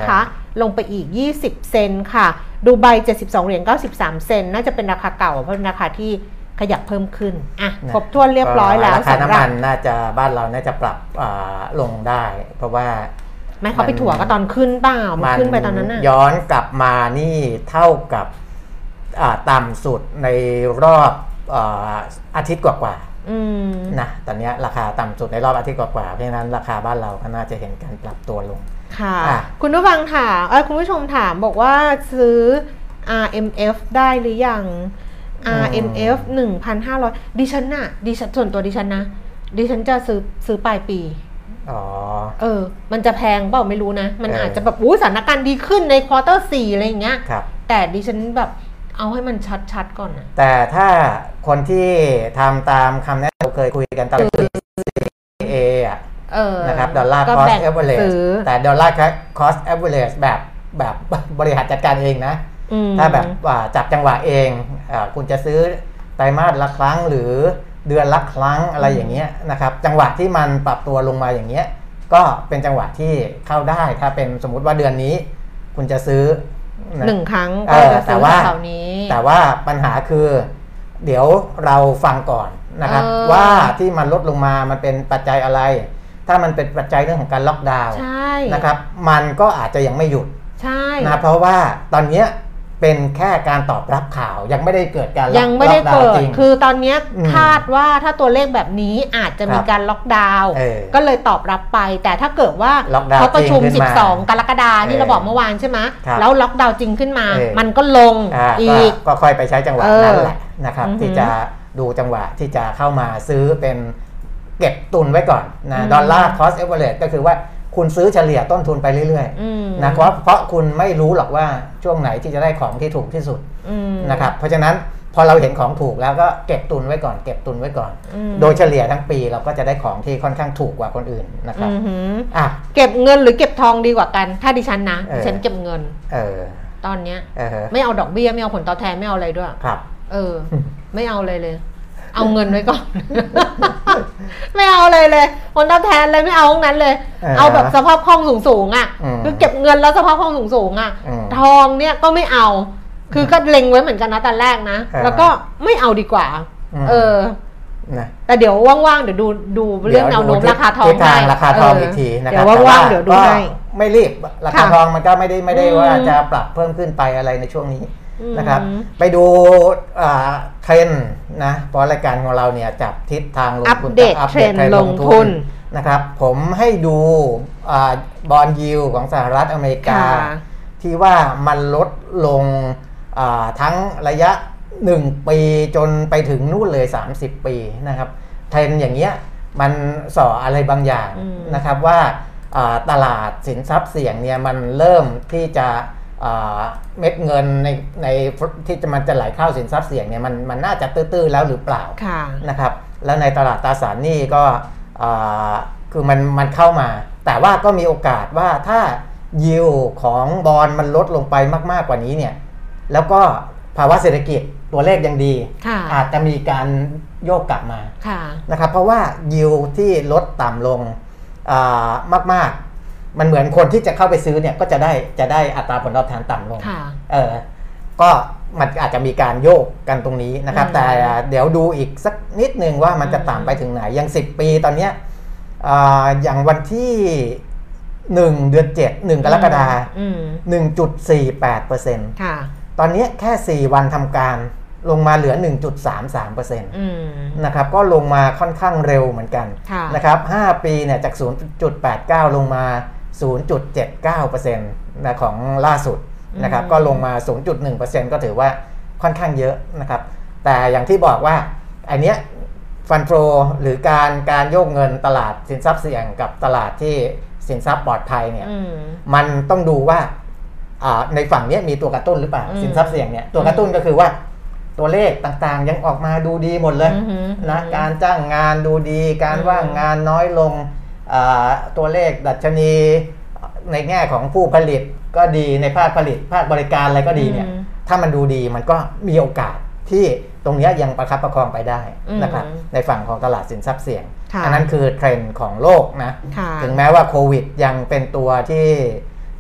ลงไปอีกยี่สิบเซนต์ค่ะดูไบเจ็ดสิบสองเหรียญเก้าสิบสามเซนต์น่าจะเป็นราคาเก่าเพราะเป็นราคาที่ขยับเพิ่มขึ้นอ่ะครบถ้วนเรียบร้อยแล้วราคาน้ำมันน่าจะบ้านเราน่าจะปรับลงได้เพราะว่าไม่เขาไปถั่วก็ตอนขึ้นเปล่ามันขึ้นไปตอนนั้นน่ะย้อนกลับมานี่เท่ากับต่ำสุดในรอบอาทิตย์กว่าๆนะตอนนี้ราคาต่ำสุดในรอบอาทิตย์กว่าๆเพราะฉะนั้นราคาบ้านเราก็น่าจะเห็นการปรับตัวลงค่ะคุณผู้ฟังถามเออคุณผู้ชมถามบอกว่าซื้อ อาร์ เอ็ม เอฟ ได้หรือยัง อาร์ เอ็ม เอฟ หนึ่งพันห้าร้อย ดิฉันน่ะดิฉันส่วนตัวดิฉันนะดิฉันจะซื้อซื้อปลายปีอ๋อเออมันจะแพงเปล่าไม่รู้นะมันอาจจะแบบอู้สถานการณ์ดีขึ้นในควอเตอร์สี่อะไรอย่างเงี้ยแต่ดิฉันแบบเอาให้มันชัดๆก่อนนะแต่ถ้าคนที่ทำตามคำแนะนำเราเคยคุยกันตอน ซี เอ อ่ะนะครับดอลลาร์คอสเอเวอเรจแต่ดอลลาร์คอสเอเวอเรจแบบแบบบริหารจัดการเองนะถ้าแบบว่าจับจังหวะเองคุณจะซื้อไตรมาสละครั้งหรือเดือนละครั้งอะไรอย่างเงี้ยนะครับจังหวะที่มันปรับตัวลงมาอย่างเงี้ยก็เป็นจังหวะที่เข้าได้ถ้าเป็นสมมุติว่าเดือนนี้คุณจะซื้อหนึ่งครั้งก็จะซื้อแถวนี้แต่ว่าปัญหาคือเดี๋ยวเราฟังก่อนนะครับว่าที่มันลดลงมามันเป็นปัจจัยอะไรถ้ามันเป็นปัจจัยเรื่องของการล็อกดาวน์นะครับมันก็อาจจะยังไม่หยุดนะเพราะว่าตอนนี้เป็นแค่การตอบรับข่าวยังไม่ได้เกิดการล็อกดาวน์ยังไม่ได้เกิดคือตอนนี้คาดว่าถ้าตัวเลขแบบนี้อาจจะมีการล็อกดาวน์ก็เลยตอบรับไปแต่ถ้าเกิดว่าเขาประชุมสิบสองกรกฎาคมที่เราบอกเมื่อวานใช่ไหมแล้วล็อกดาวน์จริงขึ้นมามันก็ลงอีกก็ค่อยไปใช้จังหวะนั้นแหละนะครับที่จะดูจังหวะที่จะเข้ามาซื้อเป็นเก็บตุนไว้ก่อนนะดอลลาร์คอสเอเวอเรจก็คือว่าคุณซื้อเฉลี่ยต้นทุนไปเรื่อยๆนะเพราะเพราะคุณไม่รู้หรอกว่าช่วงไหนที่จะได้ของที่ถูกที่สุดนะครับเพราะฉะนั้นพอเราเห็นของถูกแล้วก็เก็บตุนไว้ก่อนเก็บตุนไว้ก่อนโดยเฉลี่ยทั้งปีเราก็จะได้ของที่ค่อนข้างถูกกว่าคนอื่นนะครับอ่ะเก็บเงินหรือเก็บทองดีกว่ากันถ้าดิฉันนะดิฉันเก็บเงินเออตอนเนี้ยไม่เอาดอกเบี้ยไม่เอาผลตอบแทนไม่เอาอะไรด้วยครับเออไม่เอาเลยเลยเอาเงินไว้ก่อนไม่เอาเลยเลยผลตอบแทนเลยไม่เอาทั้งนั้นเลยเอาแบบสภาพคล่องสูงๆอ่ะคือเก็บเงินแล้วสภาพคล่องสูงๆอ่ะทองเนี่ยก็ไม่เอาคือก็เล็งไว้เหมือนกันนะตอนแรกนะแล้วก็ไม่เอาดีกว่าเออแต่เดี๋ยวว่างๆเดี๋ยวดูดูเรื่องแนวโน้มราคาทองให้ราคาทองอีกทีนะครับเดี๋ยวว่างๆเดี๋ยวดูให้ไม่รีบราคาทองมันก็ไม่ได้ไม่ได้ว่าจะปรับเพิ่มขึ้นไปอะไรในช่วงนี้นะครับไปดูเทรนด์นะเพราะรายการของเราเนี่ยจับทิศทางลงทุนอัปเดตเทรนด์ลงทุนนะครับผมให้ดูบอนด์ยิลด์ของสหรัฐอเมริกาที่ว่ามันลดลงทั้งระยะหนึ่งปีจนไปถึงนู่นเลยสามสิบปีนะครับเทรนด์อย่างเงี้ยมันส่ออะไรบางอย่างนะครับว่าตลาดสินทรัพย์เสี่ยงเนี่ยมันเริ่มที่จะเม็ดเงินในในที่จะมันจะไหลเข้าสินทรัพย์เสี่ยงเนี่ยมันมันน่าจะตื้อๆแล้วหรือเปล่านะครับแล้วในตลาดตราสารหนี้ก็คือมันมันเข้ามาแต่ว่าก็มีโอกาสว่าถ้ายิวของบอนด์มันลดลงไปมากๆกว่านี้เนี่ยแล้วก็ภาวะเศรษฐกิจตัวเลขยังดีอาจจะมีการโยกกลับมานะครับเพราะว่ายิวที่ลดต่ำลงมากๆมันเหมือนคนที่จะเข้าไปซื้อเนี่ยก็จะได้จะได้อัตราผลตอบแทนต่ำลงเออก็มันอาจจะมีการโยกกันตรงนี้นะครับแต่เดี๋ยวดูอีกสักนิดนึงว่ามันจะต่ำไปถึงไหนอย่างสิบปีตอนเนี้ยอย่างวันที่หนึ่งเดือนเจ็ด หนึ่งกรกฎาคม หนึ่งจุดสี่แปดเปอร์เซ็นต์ ค่ะตอนนี้แค่สี่วันทำการลงมาเหลือ หนึ่งจุดสามสามเปอร์เซ็นต์ นะครับก็ลงมาค่อนข้างเร็วเหมือนกันนะครับห้าปีเนี่ยจาก ศูนย์จุดแปดเก้า ลงมา ศูนย์จุดเจ็ดเก้าเปอร์เซ็นต์ นะของล่าสุดนะครับก็ลงมา ศูนย์จุดหนึ่งเปอร์เซ็นต์ ก็ถือว่าค่อนข้างเยอะนะครับแต่อย่างที่บอกว่าอันเนี้ยฟันโฟหรือการการโยกเงินตลาดสินทรัพย์เสี่ยงกับตลาดที่สินทรัพย์ปลอดภัยเนี่ยมันต้องดูว่าในฝั่งนี้มีตัวกระตุ้นหรือเปล่าสินทรัพย์เสี่ยงเนี่ยตัวกระตุ้นก็คือว่าตัวเลขต่างๆยังออกมาดูดีหมดเลยนะการจ้างงานดูดีการว่างงานน้อยลงตัวเลขดัชนีในแง่ของผู้ผลิตก็ดีในภาคผลิตภาคบริการอะไรก็ดีเนี่ยถ้ามันดูดีมันก็มีโอกาสที่ตรงนี้ยังประคับประคองไปได้นะครับในฝั่งของตลาดสินทรัพย์เสี่ยงอันนั้นคือเทรนด์ของโลกนะถึงแม้ว่าโควิดยังเป็นตัวที่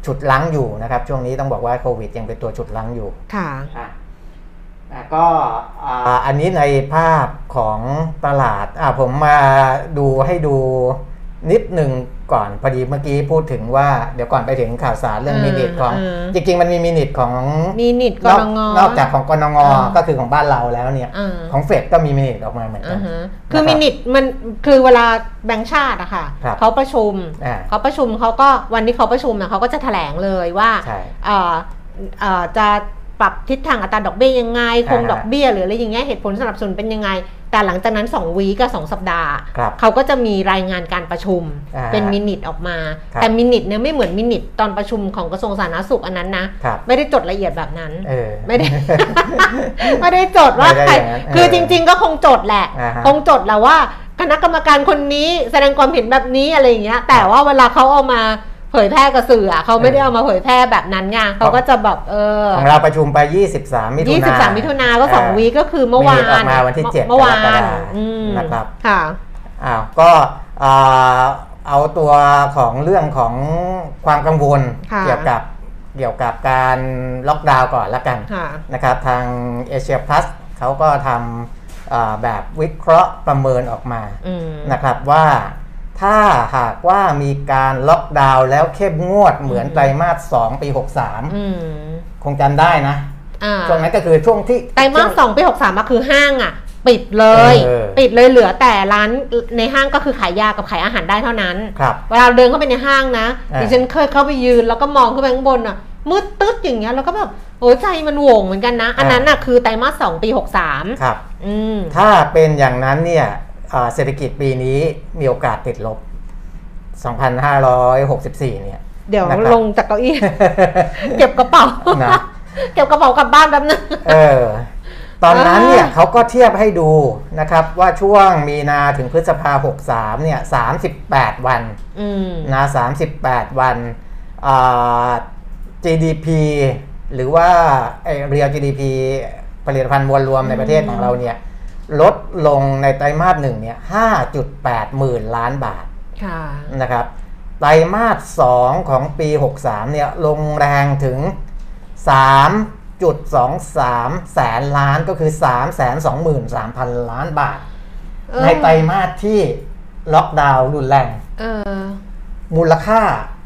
ฉุดรั้งอยู่นะครับช่วงนี้ต้องบอกว่าโควิดยังเป็นตัวฉุดรั้งอยู่ค่ะอ่ะก็อันนี้ในภาพของตลาดอ่ะผมมาดูให้ดูนิดหนึ่งก่อนพอดีเมื่อกี้พูดถึงว่าเดี๋ยวก่อนไปถึงข่าวสารเรื่องมินิทของจริงๆมันมีมินิทของมินิทกนงนอกจากของกนงก็คือของบ้านเราแล้วเนี่ยของเฟดก็มีมินิทออกมาเหมือนกันคือมินิทมันคือเวลาแบงก์ชาติอะค่ะเขาประชุมเขาประชุมเขาก็วันที่เขาประชุมนะเขาก็จะแถลงเลยว่าจะปรับทิศทางอัตราดอกเบี้ยยังไงคงดอกเบี้ยหรืออะไรอย่างเงี้ยเหตุผลสนับสนุนเป็นยังไงแต่หลังจากนั้นสองวีกับสองสัปดาห์เขาก็จะมีรายงานการประชุมเป็นมินิทออกมาแต่มินิทเนี่ยไม่เหมือนมินิทตอนประชุมของกระทรวงสาธารณสุขอันนั้นนะไม่ได้จดละเอียดแบบนั้นไม่ได้ไม่ได้จดว่าใครคือจริงๆก็คงจดแหละคงจดแล้วว่าคณะกรรมการคนนี้แสดงความเห็นแบบนี้อะไรอย่างเงี้ยแต่ว่าเวลาเขาเอามาเผยแพร่กับสื่อเขาไม่ได้เอามาเผยแพร่แบบนั้นไงเขาก็จะแบบเออของเราประชุมไปยี่สิบสามมิถุนายนยี่สิบสามมิถุนายนก็สองวีก็คือเมื่อวานออกมาวันที่เจ็ดเมื่อวานนะครับค่ะอ้าวก็เอาตัวของเรื่องของความกังวลเกี่ยวกับเกี่ยวกับการล็อกดาวน์ก่อนละกันนะครับทางเอเชียพลัสเขาก็ทำแบบวิเคราะห์ประเมินออกมานะครับว่าถ้าหากว่ามีการล็อกดาวน์แล้วเข้มงวดเหมือนไตรมาสสองปีหกสามคงจำได้นะช่วงนั้นก็คือช่วงที่ไตรมาสสองปีหกสามก็คือห้างอ่ะปิดเลยปิดเลยเหลือแต่ร้านในห้างก็คือขายยากับขายอาหารได้เท่านั้นเวลาเดินเข้าไปในห้างนะดิฉันเคยเข้าไปยืนแล้วก็มองขึ้นไปข้างบนอ่ะมืดตึ๊ดอย่างเงี้ยแล้วก็แบบโอ้ใจมันโหว่งเหมือนกันนะอันนั้นน่ะคือไตรมาสสองปีหกสามครับถ้าเป็นอย่างนั้นเนี่ยเศรษฐกิจปีนี้มีโอกาสติดลบสองพันห้าร้อยหกสิบสี่เนี่ยเดี๋ยวลงจากเก้าอี้เก็บกระเป๋านะเก็บกระเป๋ากลับบ้านแป๊บนึงเออตอนนั้นเนี่ยเขาก็เทียบให้ดูนะครับว่าช่วงมีนาถึงพฤษภาหกสามเนี่ยสามสิบแปดวันนะสามสิบแปดวันอ่า จี ดี พี หรือว่าไอ้ Real จี ดี พี ผลิตภัณฑ์มวลรวมในประเทศของเราเนี่ยลดลงในไตรมาสหนึ่งเนี่ย ห้าจุดแปด หมื่นล้านบาทนะครับไตรมาสสองของปีหกสามเนี่ยลงแรงถึง สามจุดสองสาม แสนล้านก็คือ สามแสนสองหมื่นสามพัน ล้านบาทในไตรมาสที่ล็อกดาวน์รุนแรงมูลค่า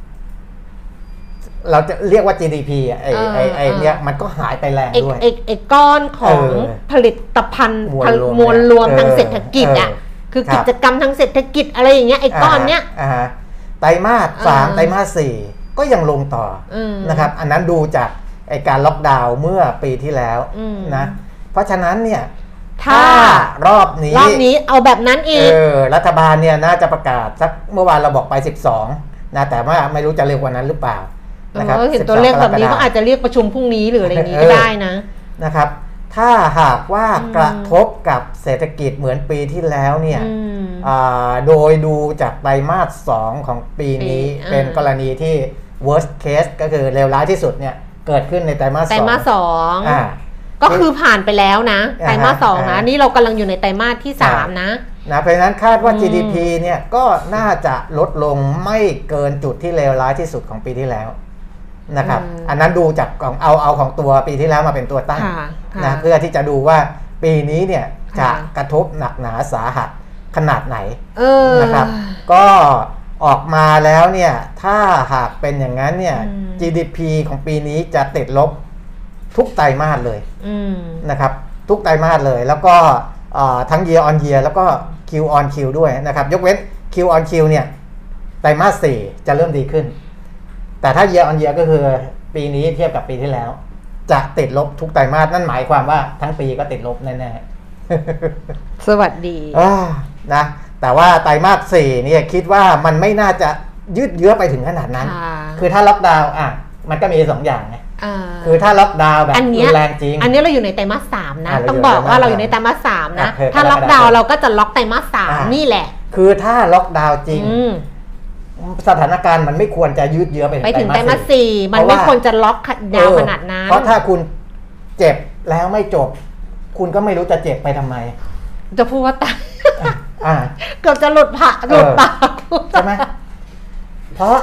เราจะเรียกว่า จี ดี พี ไอ้ไอ้ไอ้เนี่ยมันก็หายไปแรงด้วยไอ้ไอ้ก้อนของผลิตภัณฑ์มวลรวมทางเศรษฐกิจอ่ะคือกิจกรรมทางเศรษฐกิจอะไรอย่างเงี้ยไอ้ก้อนเนี้ยไตรมาสสามไตรมาสสี่ก็ยังลงต่อนะครับอันนั้นดูจากไอ้การล็อกดาวน์เมื่อปีที่แล้วนะเพราะฉะนั้นเนี่ยถ้ารอบนี้รอบนี้เอาแบบนั้นอีกรัฐบาลเนี่ยน่าจะประกาศสักเมื่อวานเราบอกไปสิบสองนะแต่ว่าไม่รู้จะเร็วกว่านั้นหรือเปล่านะครับเห็นตัวเลขแบบนี้ก็อาจจะเรียกประชุมพรุ่งนี้หรืออะไรนี้ก็ได้นะนะครับถ้าหากว่ากระทบกับเศรษฐกิจเหมือนปีที่แล้วเนี่ยโดยดูจากไตรมาสสองของปีนี้เป็นกรณีที่ worst case ก็คือเลวร้ายที่สุดเนี่ยเกิดขึ้นในไตรมาสสองไตรมาสสองก็คือผ่านไปแล้วนะไตรมาสสองนะนี่เรากำลังอยู่ในไตรมาสที่สามนะนะเพราะฉะนั้นคาดว่า จี ดี พี เนี่ยก็น่าจะลดลงไม่เกินจุดที่เลวร้ายที่สุดของปีที่แล้วนะครับอันนั้นดูจากของเอาเอาของตัวปีที่แล้วมาเป็นตัวตั้งนะเพื่อที่จะดูว่าปีนี้เนี่ยจะกระทบหนักหนาสาหัสขนาดไหนนะครับก็ออกมาแล้วเนี่ยถ้าหากเป็นอย่างนั้นเนี่ย จี ดี พี ของปีนี้จะติดลบทุกไตรมาสเลยนะครับทุกไตรมาสเลยแล้วก็ทั้ง year on year แล้วก็ Q on Q ด้วยนะครับยกเว้น Q on Q เนี่ยไตรมาสสี่จะเริ่มดีขึ้นแต่ถ้า year on year ก็คือปีนี้เทียบกับปีที่แล้วจะติดลบทุกไตรมาสนั่นหมายความว่าทั้งปีก็ติดลบแน่ๆสวัสดีนะแต่ว่าไตรมาสสี่เนี่ยคิดว่ามันไม่น่าจะยืดเยื้อไปถึงขนาดนั้นคือถ้าล็อกดาวน์อ่ะมันก็มีสองอย่างไงคือถ้าล็อกดาวน์แบบรุนแรงจริงอันนี้เราอยู่ในไตรมาสสามนะต้องบอกว่าเราอยู่ในไตรมาสสามนะถ้าล็อกดาวน์เราก็จะล็อกไตรมาสสามนี่แหละคือถ้าล็อกดาวน์จริงสถานการณ์มันไม่ควรจะยืดเยื้อไปไปถึงไตรมาสสี่มันไม่ควรจะล็อกยาวขนาดนั้นเพราะถ้าคุณเจ็บแล้วไม่จบคุณก็ไม่รู้จะเจ็บไปทำไมจะพูดว่าตายเกือบจะหลุดผ่าหลุดปากใช่ไหมเพราะ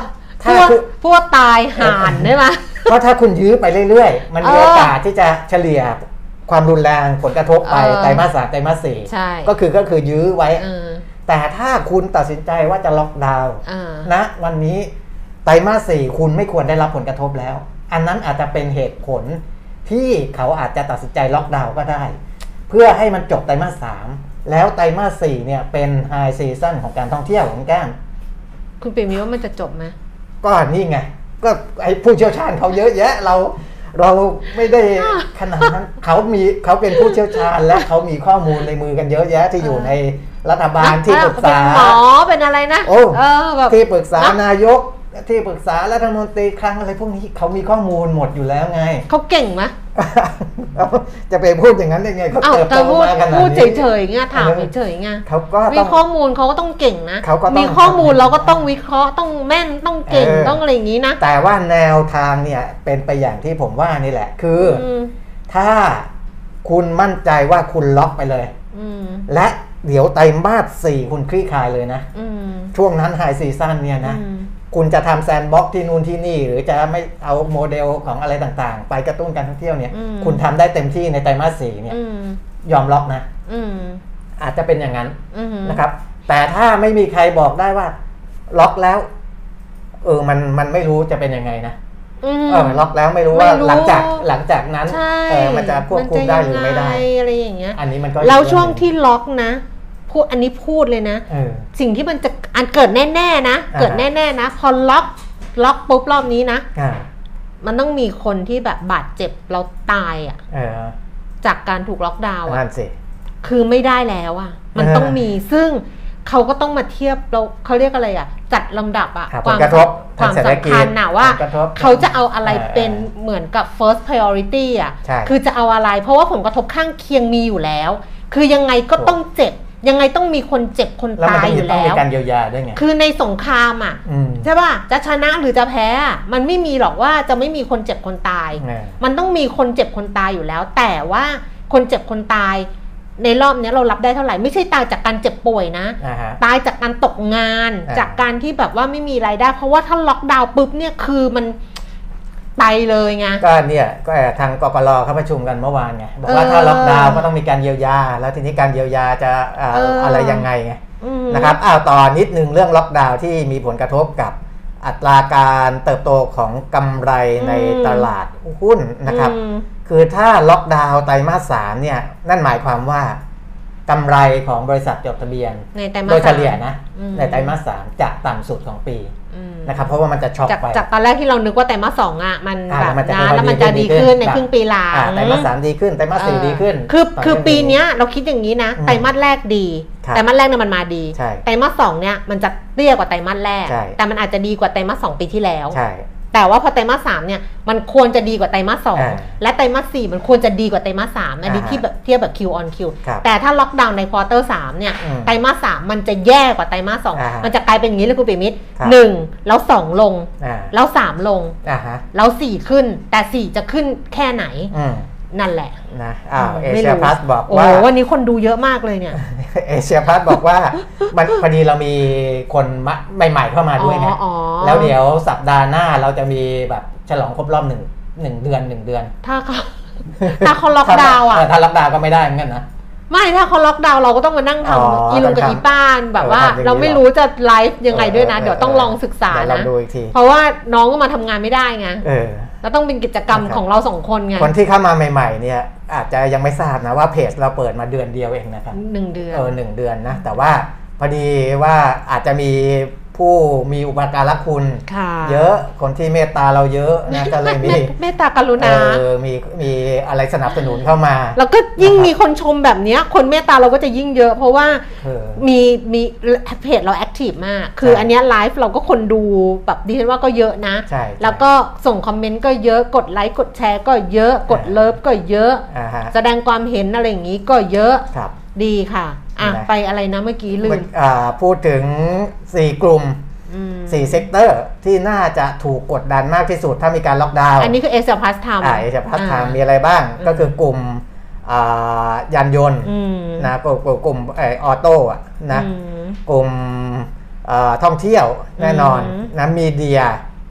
พวกพวกตายห่านได้ไหมเพราะถ้าคุณยื้อไปเรื่อยๆมันมีโอกาสที่จะเฉลี่ยความรุนแรงผลกระทบไปไตรมาสสามไตรมาสสี่ก็คือก็คือยื้อไว้แต่ถ้าคุณตัดสินใจว่าจะล็อกดาวน์นะวันนี้ไตรมาสสี่คุณไม่ควรได้รับผลกระทบแล้วอันนั้นอาจจะเป็นเหตุผลที่เขาอาจจะตัดสินใจล็อกดาวน์ก็ได้เพื่อให้มันจบไตรมาสสามแล้วไตรมาสสี่เนี่ยเป็นไฮซีซั่นของการท่องเที่ยวของแก้มคุณปิ่มมีว่ามันจะจบไหมก็นี่ไงก็ไอ้ผู้เชี่ยวชาญเขาเยอะแยะเราเราไม่ได้ขนาดนั้นเขามีเขาเป็นผู้เชี่ยวชาญและเขามีข้อมูลในมือกันเยอะแยะที่อยู่ในรัฐบาลที่ปรึกษาหมอเป็นอะไรนะโอ้ที่ปรึกษานายกที่ปรึกษารัฐมนตรีครั้งอะไรพวกนี้เขามีข้อมูลหมดอยู่แล้วไงเขาเก่งไหมจะไปพูดอย่างนั้นได้ไงเขาเติบโตมาขนาดนี้พูดเฉยๆเงี้ยถามเฉยๆเงี้ยเขาก็มีข้อมูลเขาก็ต้องเก่งนะมีข้อมูลเราก็ต้องวิเคราะห์ต้องแม่นต้องเก่งต้องอะไรอย่างนี้นะแต่ว่าแนวทางเนี่ยเป็นไปอย่างที่ผมว่านี่แหละคือถ้าคุณมั่นใจว่าคุณล็อกไปเลยและเดี๋ยวไตรมาสสี่คุณคลี่คลายเลยนะช่วงนั้นไฮซีซั่นเนี่ยนะคุณจะทำแซนด์บ็อกซ์ที่นู่นที่นี่หรือจะไม่เอาโมเดลของอะไรต่างๆไปกระตุ้นการท่องเที่ยวเนี่ยคุณทำได้เต็มที่ในไตรมาสสี่เนี่ยยอมล็อกนะอาจจะเป็นอย่างนั้นนะครับแต่ถ้าไม่มีใครบอกได้ว่าล็อกแล้วเออมันมันไม่รู้จะเป็นยังไงนะเออล็อกแล้วไม่รู้ว่าหลังจากหลังจากนั้นเออมันจะควบคุมได้หรือไม่ได้อะไรอย่างเงี้ยอันนี้มันก็แล้วช่วงที่ล็อกนะพูดอันนี้พูดเลยนะสิ่งที่มันจะอันเกิดแน่ๆนะเกิดแน่ๆนะพอล็อกล็อกปุ๊บรอบนี้นะมันต้องมีคนที่แบบบาดเจ็บเราตายอ่ะจากการถูกล็อกดาวน์อ่ะคือไม่ได้แล้วอ่ะมันต้องมีซึ่งเขาก็ต้องมาเทียบเราเขาเรียกอะไรอ่ะจัดลำดับอ่ะความกระทบความสำคัญนะว่าเขาจะเอาอะไรเป็นเหมือนกับ first priority อ่ะคือจะเอาอะไรเพราะว่าผลกระทบข้างเคียงมีอยู่แล้วคือยังไงก็ต้องเจ็บยังไงต้องมีคนเจ็บคนตายอยู่แล้วแล้วมันต้องมีการเยียวยาด้วยไงคือในสงครามอ่ะใช่ป่ะจะชนะหรือจะแพ้มันไม่มีหรอกว่าจะไม่มีคนเจ็บคนตายมันต้องมีคนเจ็บคนตายอยู่แล้วแต่ว่าคนเจ็บคนตายในรอบนี้เรารับได้เท่าไหร่ไม่ใช่ตายจากการเจ็บป่วยนะตายจากการตกงานจากการที่แบบว่าไม่มีรายได้เพราะว่าถ้าล็อกดาวน์ปุ๊บเนี่ยคือมันไปเลยไงก็เนี่ยก็ทางกกร.เขาประชุมกันเมื่อวานไงบอกว่าถ้าล็อกดาวน์ก็ต้องมีการเยียวยาแล้วทีนี้การเยียวยาจะ อ, อะไรยังไงไงนะครับอ้าวต่อนิดนึงเรื่องล็อกดาวน์ที่มีผลกระทบกับอัตราการเติบโตของกำไรในตลาดหุ้นนะครับคือถ้าล็อกดาวน์ไตรมาสสามเนี่ยนั่นหมายความว่ากำไรของบริษัทจดทะเบียนโดยเฉลี่ยนะในไตรมาสสามจะต่ำสุดของปีนะครับเพราะว่ามันจะช็อคไปจากตอนแรกที่เรานึกว่าไตรมาสสองอ่ะมันแบบนะแล้วมันจะดีขึ้นในครึ่งปีหลังไตรมาสสามดีขึ้นไตรมาสสี่ดีขึ้นคือคือปีนี้เราคิดอย่างนี้นะไตรมาสแรกดีไตรมาสแรกเนี่ยมันมาดีไตรมาสสองเนี่ยมันจะเตี้ยกว่าไตรมาสแรกแต่มันอาจจะดีกว่าไตรมาสสองปีที่แล้วแต่ว่าพอไตรมาสสามเนี่ยมันควรจะดีกว่าไตรมาสสองและไตรมาสสี่มันควรจะดีกว่าไตรมาสสามอันนี้ที่แบบเทียบแบบ Q on Q แต่ถ้าล็อกดาวน์ในควอเตอร์สามเนี่ยไตรมาสสามมันจะแย่กว่าไตรมาสสองมันจะกลายเป็นอย่างนี้เลยคุณปิมิตรหนึ่งแล้วสองลงแล้วสามลงแล้วสี่ขึ้นแต่สี่จะขึ้นแค่ไหนนั่นแหละนะอ้าวเอเชียพลัสบอกว่าโอ้วันนี้คนดูเยอะมากเลยเนี่ยเอเชียพลัสบอกว่ามันพอดีเรามีคนใหม่ๆเข้ามาด้วยไงแล้วเดี๋ยวสัปดาห์หน้าเราจะมีแบบฉลองครบรอบหนึ่งหนึ่งเดือนหนึ่งเดือนถ้าเขาถ้าเขาล็อกดาวน์อ่ะถ้าล็อกดาวน์ก็ไม่ได้เหมือนกันนะไม่ถ้าเขาล็อกดาวน์เราก็ต้องมานั่งทำอีลุงกับอีป้านแบบว่าเราไม่รู้จะไลฟ์ยังไงด้วยนะเดี๋ยวต้องลองศึกษานะเพราะว่าน้องก็มาทำงานไม่ได้ไงแล้วต้องเป็นกิจกรรมของเราสองคนไงคนที่เข้ามาใหม่ๆเนี่ยอาจจะยังไม่ทราบนะว่าเพจเราเปิดมาเดือนเดียวเองนะครับหนึ่งเดือนเออหนึ่งเดือนนะแต่ว่าพอดีว่าอาจจะมีผู้มีอุปการะคุณเยอะคนที่เมตตาเราเยอะนะก็เลยมีเมตตากรุณาเออมีมีอะไรสนับสนุนเข้ามาแล้วก็ยิ่งมีคนชมแบบนี้คนเมตตาเราก็จะยิ่งเยอะเพราะว่ามีมีเพจเราแอคทีฟมากคืออันนี้ไลฟ์เราก็คนดูแบบดิฉันว่าก็เยอะนะแล้วก็ส่งคอมเมนต์ก็เยอะกดไลค์กดแชร์ก็เยอะกดเลิฟก็เยอะแสดงความเห็นอะไรอย่างนี้ก็เยอะดีค่ะอ่ะไปอะไรนะเมื่อกี้ลืมพูดถึงสี่กลุ่มสี่เซกเตอร์ที่น่าจะถูกกดดันมากที่สุดถ้ามีการล็อกดาวน์อันนี้คือเอเชียพลัสไทม์อ่าเอเชียพลัสไทม์มีอะไรบ้างก็คือกลุ่มยานยนต์นะกลุ่มกลุ่มออโต้นะกลุ่มท่องเที่ยวแน่นอนนะมีเดีย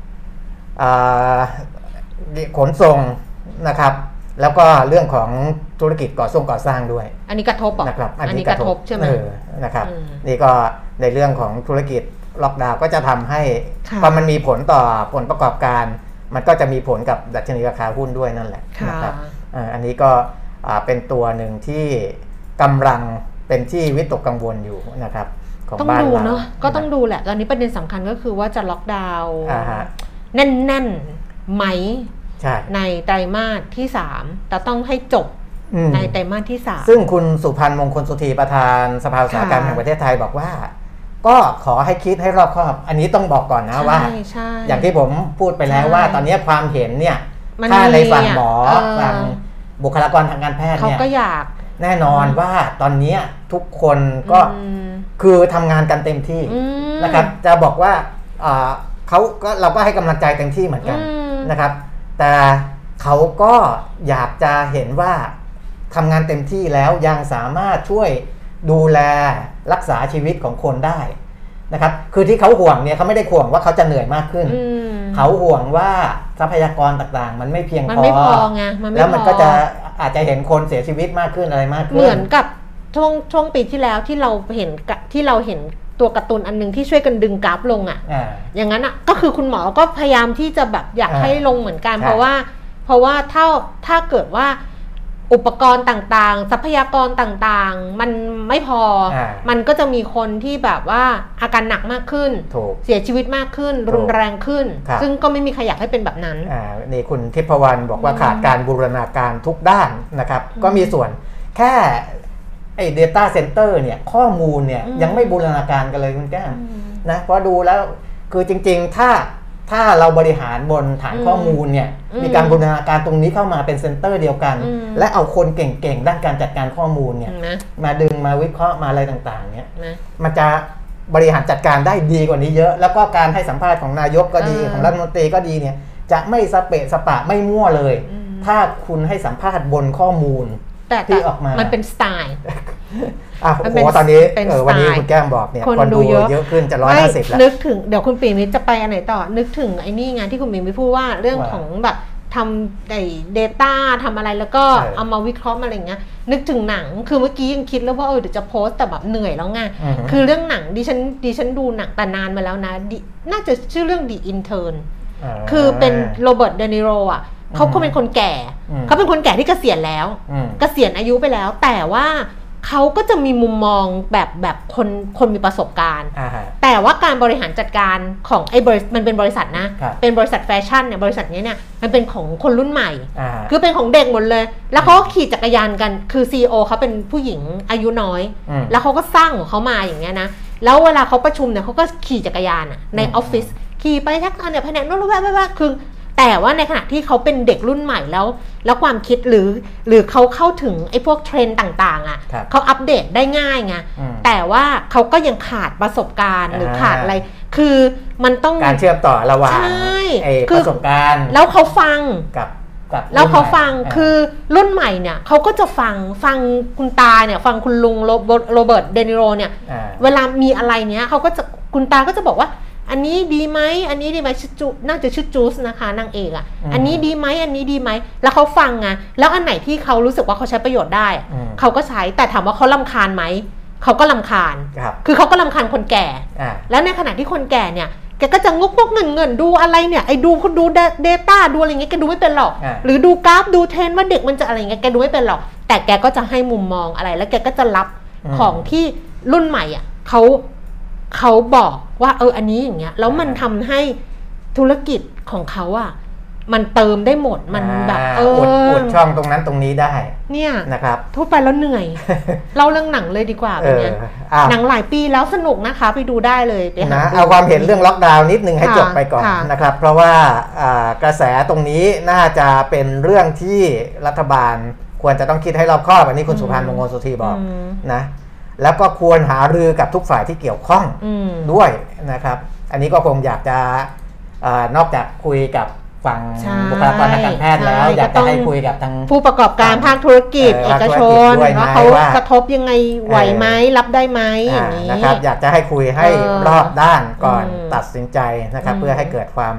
ขนส่งนะครับแล้วก็เรื่องของธุรกิจก่อสร้างก่อสร้างด้วยอันนี้กระทบนะครับอันนี้กระทบใช่ไหมนะครับนี่ก็ในเรื่องของธุรกิจล็อกดาวน์ก็จะทำให้พอมันมีผลต่อผลประกอบการมันก็จะมีผลกับดัชนีราคาหุ้นด้วยนั่นแหละนะครับอันนี้ก็เป็นตัวหนึ่งที่กำลังเป็นที่วิตกกังวลอยู่นะครับของบ้านเราต้องดูเนาะก็ต้องดูแหละตอนนี้ประเด็นสำคัญก็คือว่าจะล็อกดาวน์แน่นๆไหมในไตรมาสที่สามแต่ต้องให้จบในไตรมาสที่สามซึ่งคุณสุพันธ์มงคลสุธีประธานสภาอุตสาหกรรมแห่งประเทศไทยบอกว่าก็ขอให้คิดให้รอบคอบอันนี้ต้องบอกก่อนนะว่าอย่างที่ผมพูดไปแล้วว่าตอนนี้ความเห็นเนี่ยถ้าในฝั่งหมอฝั่งบุคลากรทางการแพทย์เนี่ยเขาก็อยากแน่นอนว่าตอนนี้ทุกคนก็คือทำงานกันเต็มที่นะครับจะบอกว่าเขาก็เราก็ให้กำลังใจเต็มที่เหมือนกันนะครับแต่เขาก็อยากจะเห็นว่าทำงานเต็มที่แล้วยังสามารถช่วยดูแลรักษาชีวิตของคนได้นะครับคือที่เขาห่วงเนี่ยเขาไม่ได้ห่วงว่าเขาจะเหนื่อยมากขึ้นเขาห่วงว่าทรัพยากรต่างๆมันไม่เพียงพอมันไม่พอไงมันไม่พอแล้วมันก็จะอาจจะเห็นคนเสียชีวิตมากขึ้นอะไรมากขึ้นเหมือนกับช่วงช่วงปีที่แล้วที่เราเห็นที่เราเห็นตัวการ์ตูนอันนึงที่ช่วยกันดึงกราฟลงอ่ะอย่างนั้นอ่ะก็คือคุณหมอก็พยายามที่จะแบบอยากให้ลงเหมือนกันเพราะว่าเพราะว่าถ้าถ้าเกิดว่าอุปกรณ์ต่างๆทรัพยากรต่างๆมันไม่พอมันก็จะมีคนที่แบบว่าอาการหนักมากขึ้นเสียชีวิตมากขึ้นรุนแรงขึ้นซึ่งก็ไม่มีใครอยากให้เป็นแบบนั้นนี่คุณทิพวรรณบอกว่าขาดการบูรณาการทุกด้านนะครับก็มีส่วนแค่ไอ้ data center เนี่ยข้อมูลเนี่ยยังไม่บูรณาการกันเลยคุณแก้มนะเพราะดูแล้วคือจริงๆถ้าถ้าเราบริหารบนฐานข้อมูลเนี่ยมีการบูรณาการตรงนี้เข้ามาเป็นเซ็นเตอร์เดียวกันและเอาคนเก่งๆด้านการจัดการข้อมูลเนี่ยมาดึงมาวิเคราะห์มาอะไรต่างๆเนี่ยมันจะบริหารจัดการได้ดีกว่านี้เยอะแล้วก็การให้สัมภาษณ์ของนายกก็ดีของรัฐมนตรีก็ดีเนี่ยจะไม่สเปะสปะไม่มั่วเลยถ้าคุณให้สัมภาษณ์บนข้อมูลที่ออกมามันเป็นสไตล์อ่ะโอ้โหตอนนี้เออวันนี้คุณแก้มบอกเนี่ยคนดูเยอะขึ้นจะร้อยห้าสิบแล้วนึกถึงเดี๋ยวคุณปิ่มมิตรจะไปอันไหนต่อนึกถึงไอ้นี่ไงที่คุณปิ่มมิตรพูดว่าเรื่องของแบบทำไอ้ data ทำอะไรแล้วก็เอามาวิเคราะห์มาอะไรอย่างเงี้ยนึกถึงหนังคือเมื่อกี้ยังคิดแล้วว่าเออเดี๋ยวจะโพสแต่แบบเหนื่อยแล้วไงคือเรื่องหนังดิฉันดิฉันดูหนังแต่นานมาแล้วนะน่าจะชื่อเรื่อง The Intern คือเป็นโรเบิร์ต เดนิโรอ่ะเขาเขาเป็นคนแก่เขาเป็นคนแก่ที่เกษียณแล้วเกษียณอายุไปแล้วแต่ว่าเขาก็จะมีมุมมองแบบแบบคนคนมีประสบการณ์แต่ว่าการบริหารจัดการของไอ้บริษัทมันเป็นบริษัทนะเป็นบริษัทแฟชั่นเนี่ยบริษัทนี้เนี่ยมันเป็นของคนรุ่นใหม่คือเป็นของเด็กหมดเลยแล้วเขาก็ขี่จักรยานกันคือ ซี อี โอ เขาเป็นผู้หญิงอายุน้อยแล้วเขาก็สร้างของเขามาอย่างเงี้ยนะแล้วเวลาเขาประชุมเนี่ยเขาก็ขี่จักรยานในออฟฟิศขี่ไปทักทายเนี่ยแผนกนู้นแวบๆคือแต่ว่าในขณะที่เขาเป็นเด็กรุ่นใหม่แล้วแล้วความคิดหรือหรือเขาเข้าถึงไอ้พวกเทรนด์ต่างๆอ่ะเขาอัปเดตได้ง่ายไงแต่ว่าเขาก็ยังขาดประสบการณ์หรือขาดอะไรคือมันต้องการเชื่อมต่อระหว่างไอ้ประสบการณ์แล้วเขาฟังกับแล้วเขาฟังคือรุ่นใหม่เนี่ยเขาก็จะฟังฟังคุณตาเนี่ยฟังคุณลุงโรเบิร์ต เดนิโรเนี่ยเวลามีอะไรเนี้ยเขาก็จะคุณตาก็จะบอกว่าอันนี้ดีไหมอันนี้ดีไหมชื่อน่าจะชื่อจูสนะคะนางเอกอ่ะอันนี้ดีไหมอันนี้ดีไหมแล้วเขาฟังไงแล้วอันไหนที่เขารู้สึกว่าเขาใช้ประโยชน์ได้เขาก็ใช้แต่ถามว่าเขารำคาญไหมเขาก็รำคาญคือเขาก็รำคาญคนแก่แล้วในขณะที่คนแก่เนี่ยแกก็จะงกงกเงินเงินดูอะไรเนี่ยไอ้ดูคุณดูเดต้าดูอะไรเงี้ยแกดูไม่เป็นหรอกหรือดูกราฟดูเทรนว่าเด็กมันจะอะไรเงี้ยแกดูไม่เป็นหรอกแต่แกก็จะให้มุมมองอะไรแล้วแกก็จะรับของที่รุ่นใหม่อ่ะเขาเขาบอกว่าเอออันนี้อย่างเงี้ยแล้วมันทำให้ธุรกิจของเขาอ่ะมันเติมได้หมดมันแบบเอออุดช่องตรงนั้นตรงนี้ได้เนี่ยนะครับทั่วไปแล้วเหนื่อย เล่าเรื่องหนังเลยดีกว่าเป็นไงหนังหลายปีแล้วสนุกนะคะไปดูได้เลยนะเอาความเห็นเรื่องล็อกดาวน์นิดนึงให้จบไปก่อนนะครับเพราะว่ากระแสตรงนี้น่าจะเป็นเรื่องที่รัฐบาลควรจะต้องคิดให้รอบคอบอันนี้คุณสุพันธ์ มงคลสุธีบอกนะแล้วก็ควรหารือกับทุกฝ่ายที่เกี่ยวข้องด้วยนะครับอันนี้ก็คงอยากจะนอกจากคุยกับฝั่งบุคลากรทางการแพทย์แล้วอยากจะให้คุยกับทางผู้ประกอบการภาคธุรกิจเอกชนว่าเขากระทบยังไงไหวไหมรับได้ไหมอย่างนี้นะครับอยากจะให้คุยให้รอบด้านก่อนตัดสินใจนะครับเพื่อให้เกิดความ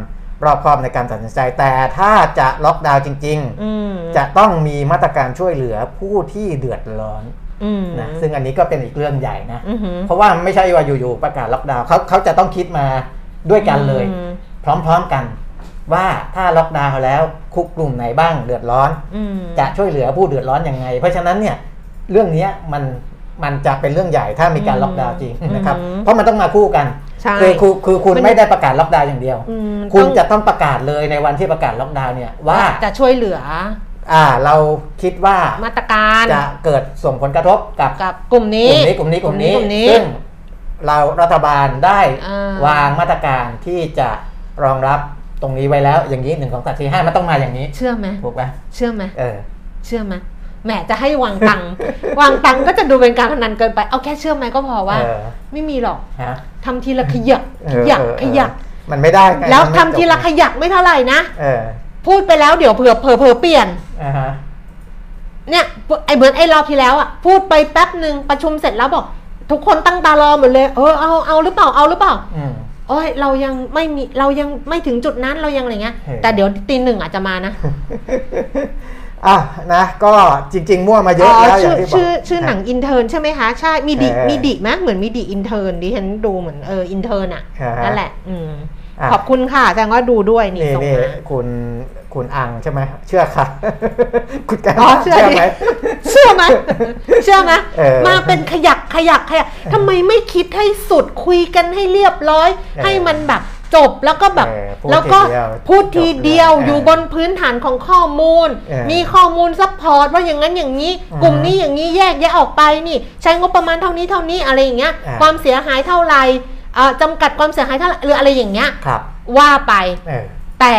รอบคอบในการตัดสินใจแต่ถ้าจะล็อกดาวน์จริงๆจะต้องมีมาตรการช่วยเหลือผู้ที่เดือดร้อนนะซึ่งอันนี้ก็เป็นอีกเรื่องใหญ่นะเพราะว่าไม่ใช่ว่าอยู่ๆประกาศล็อกดาวน์เขาเขาจะต้องคิดมาด้วยกันเลยพร้อมๆกันว่าถ้าล็อกดาวน์แล้วคุกกลุ่มไหนบ้างเดือดร้อนจะช่วยเหลือผู้เดือดร้อนยังไงเพราะฉะนั้นเนี่ยเรื่องนี้มันมันจะเป็นเรื่องใหญ่ถ้ามีการล็อกดาวน์จริงนะครับเพราะมันต้องมาคู่กันคือคือคือคุณไม่ได้ประกาศล็อกดาวน์อย่างเดียวคุณจะต้องประกาศเลยในวันที่ประกาศล็อกดาวน์เนี่ยว่าจะช่วยเหลืออ่าเราคิดว่ามาตรการจะเกิดส่งผลกระทบกับกับกลุ่มนี้กลุ่มนี้กลุ่มนี้กลุ่มนี้ซึ่งเรารัฐบาลได้วางมาตรการที่จะรองรับตรงนี้ไว้แล้วอย่างนี้หนึ่งของตัดที่ห้ามันต้องมาอย่างนี้เชื่อไหมถูกไหมเชื่อไหมเออเชื่อไหมแหมจะให้วางตังวางตังก็จะดูเป็นการพนันเกินไปเอาแค่เชื่อไหมก็พอว่าไม่มีหรอกทำทีละขยักขยักขยักมันไม่ได้แล้วทำทีละขยักไม่เท่าไหร่นะพูดไปแล้วเดี๋ยวเผื่อเผื่อเผื่อเปลี่ยนเนี่ยไอเหมือนไอรอบที่แล้วอ่ะพูดไปแป๊บหนึ่งประชุมเสร็จแล้วบอกทุกคนตั้งตารอหมดเลยเออเอาเอาหรือเปล่าเอาหรือเปล่าโอ้ยเรายังไม่มีเรายังไม่ถึงจุดนั้นเรายังอะไรเงี้ยแต่เดี๋ยวตีหนึ่งอาจจะมานะอ่ะนะก็จริงๆมั่วมาเยอะแล้วอย่างที่บอกชื่อชื่อหนังอินเทิร์นใช่ไหมคะใช่มีดิมีดิไหมเหมือนมีดิอินเทิร์นดิฉันดูเหมือนเอออินเทิร์นอ่ะนั่นแหละอืมขอบคุณค่ะแสดงว่าดูด้วยนี่ส่งมาคุณคุณอังใช่ไหมเชื่อค่ะคุณแก้วเชื่อไหมเชื่อไหมเชื่อไหมมาเป็นขยักขยักขยักทำไมไม่คิดให้สุดคุยกันให้เรียบร้อยให้มันแบบจบแล้วก็แบบแล้วก็พูดทีเดียวอยู่บนพื้นฐานของข้อมูลมีข้อมูลซัพพอร์ตว่าอย่างนั้นอย่างนี้กลุ่มนี้อย่างนี้แยกแยะออกไปนี่ใช้งบประมาณเท่านี้เท่านี้อะไรอย่างเงี้ยความเสียหายเท่าไหร่จำกัดความเสียหายเท่าไหร่หรืออะไรอย่างเงี้ยว่าไปแต่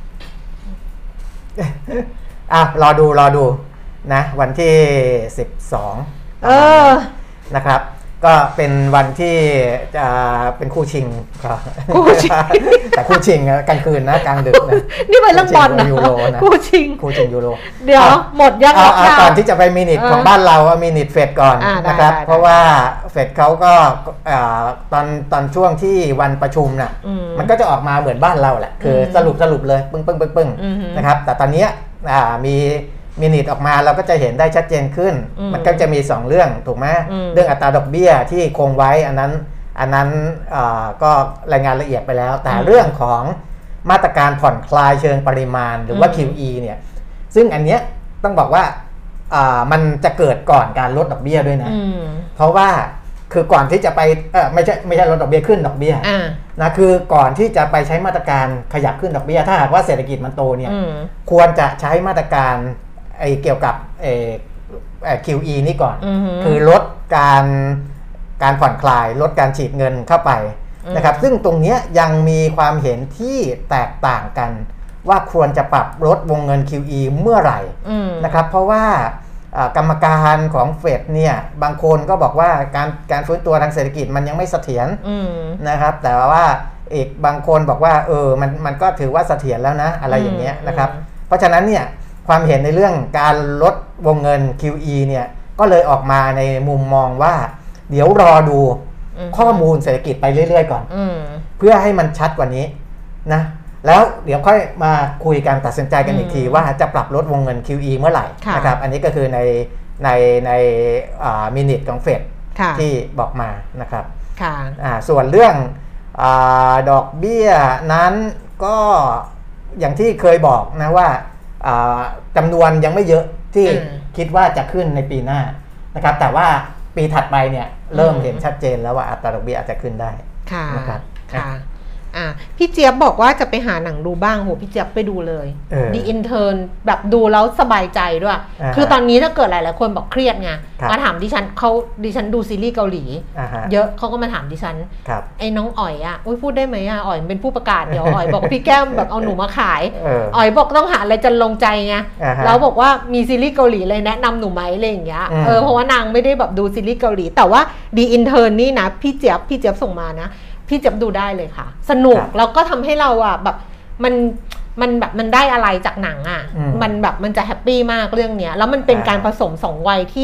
อ่ะรอดูรอดูนะวันที่สิบสองเออนะครับก็เป็นวันที่จะเป็นคู่ชิงครับคู่ชิงแต่คู่ชิงกลางคืนนะกลางดึกนะนี่เป็นเรื่องบอลนะคู่ชิงคู่ชิงยูโรเดี๋ยวหมดยังก่อนที่จะไปมินิทของบ้านเราเอามินิทเฟดก่อนนะครับเพราะว่าเฟดเขาก็ตอนตอนช่วงที่วันประชุมน่ะมันก็จะออกมาเหมือนบ้านเราแหละคือสรุปสรุปเลยปึ้งปึ้งปึ้งปึ้งนะครับแต่ตอนนี้มีมินิทออกมาเราก็จะเห็นได้ชัดเจนขึ้นมันก็จะมีสองเรื่องถูกไหมเรื่องอัตราดอกเบี้ยที่คงไว้อันนั้นอันนั้นก็รายงานละเอียดไปแล้วแต่เรื่องของมาตรการผ่อนคลายเชิงปริมาณหรือว่า คิว อี เนี่ยซึ่งอันเนี้ยต้องบอกว่ามันจะเกิดก่อนการลดดอกเบี้ยด้วยนะเพราะว่าคือก่อนที่จะไปเออไม่ใช่ไม่ใช่ลดดอกเบี้ยขึ้นดอกเบี้ยนะคือก่อนที่จะไปใช้มาตรการขยับขึ้นดอกเบี้ยถ้าหากว่าเศรษฐกิจมันโตเนี่ยควรจะใช้มาตรการไอ้เกี่ยวกับเอ่อ คิว อี นี่ก่อนคือลดการการผ่อนคลายลดการฉีดเงินเข้าไปนะครับซึ่งตรงนี้ยังมีความเห็นที่แตกต่างกันว่าควรจะปรับลดวงเงิน คิว อี เมื่อไหร่นะครับเพราะว่ากรรมการของเฟดเนี่ยบางคนก็บอกว่าการการฟื้นตัวทางเศรษฐกิจมันยังไม่เสถียรนะครับแต่ว่าอีกบางคนบอกว่าเออมันมันก็ถือว่าเสถียรแล้วนะอะไรอย่างเงี้ยนะครับเพราะฉะนั้นเนี่ยความเห็นในเรื่องการลดวงเงิน คิว อี เนี่ยก็เลยออกมาในมุมมองว่าเดี๋ยวรอดูข้อมูลเศรษฐกิจไปเรื่อยๆก่อนเพื่อให้มันชัดกว่านี้นะแล้วเดี๋ยวค่อยมาคุยกันตัดสินใจกันอีกทีว่าจะปรับลดวงเงิน คิว อี เมื่อไหร่นะครับอันนี้ก็คือในในในมินิทของเฟดที่บอกมานะครับส่วนเรื่องดอกเบี้ยนั้นก็อย่างที่เคยบอกนะว่าจำนวนยังไม่เยอะที่คิดว่าจะขึ้นในปีหน้านะครับแต่ว่าปีถัดไปเนี่ยเริ่มเห็นชัดเจนแล้วว่าอัตราดอกเบี้ยอาจจะขึ้นได้นะครับอ่ะพี่เจี๊ยบบอกว่าจะไปหาหนังดูบ้างโหพี่เจี๊ยบไปดูเลย The Intern แบบดูแล้วสบายใจด้วยคือตอนนี้ถ้าเกิดหลายๆคนบอกเครียดไงมาถามดิฉันเขาดิฉันดูซีรีส์เกาหลีเยอะเขาก็มาถามดิฉันไอ้น้องอ๋อยอ่ะอุ้ยพูดได้ไหมอ่ะอ๋อยเป็นผู้ประกาศเดี๋ยวอ๋อยบอกพี่แก้มแบบเอาหนูมาขายอ๋อยบอกต้องหาอะไรจะลงใจไงแล้วบอกว่ามีซีรีส์เกาหลีเลยแนะนำหนูไหมอะไรอย่างเงี้ยเออเพราะว่านางไม่ได้แบบดูซีรีส์เกาหลีแต่ว่า The Intern นี่นะพี่เจี๊ยบพี่เจี๊ยบส่งมานะพี่เจี๊ยบดูได้เลยค่ะสนุกแล้วก็ทำให้เราอ่ะแบบมันมันแบบมันได้อะไรจากหนังอ่ะมันแบบมันจะแฮปปี้มากเรื่องเนี้ยแล้วมันเป็นการผสมสองวัยที่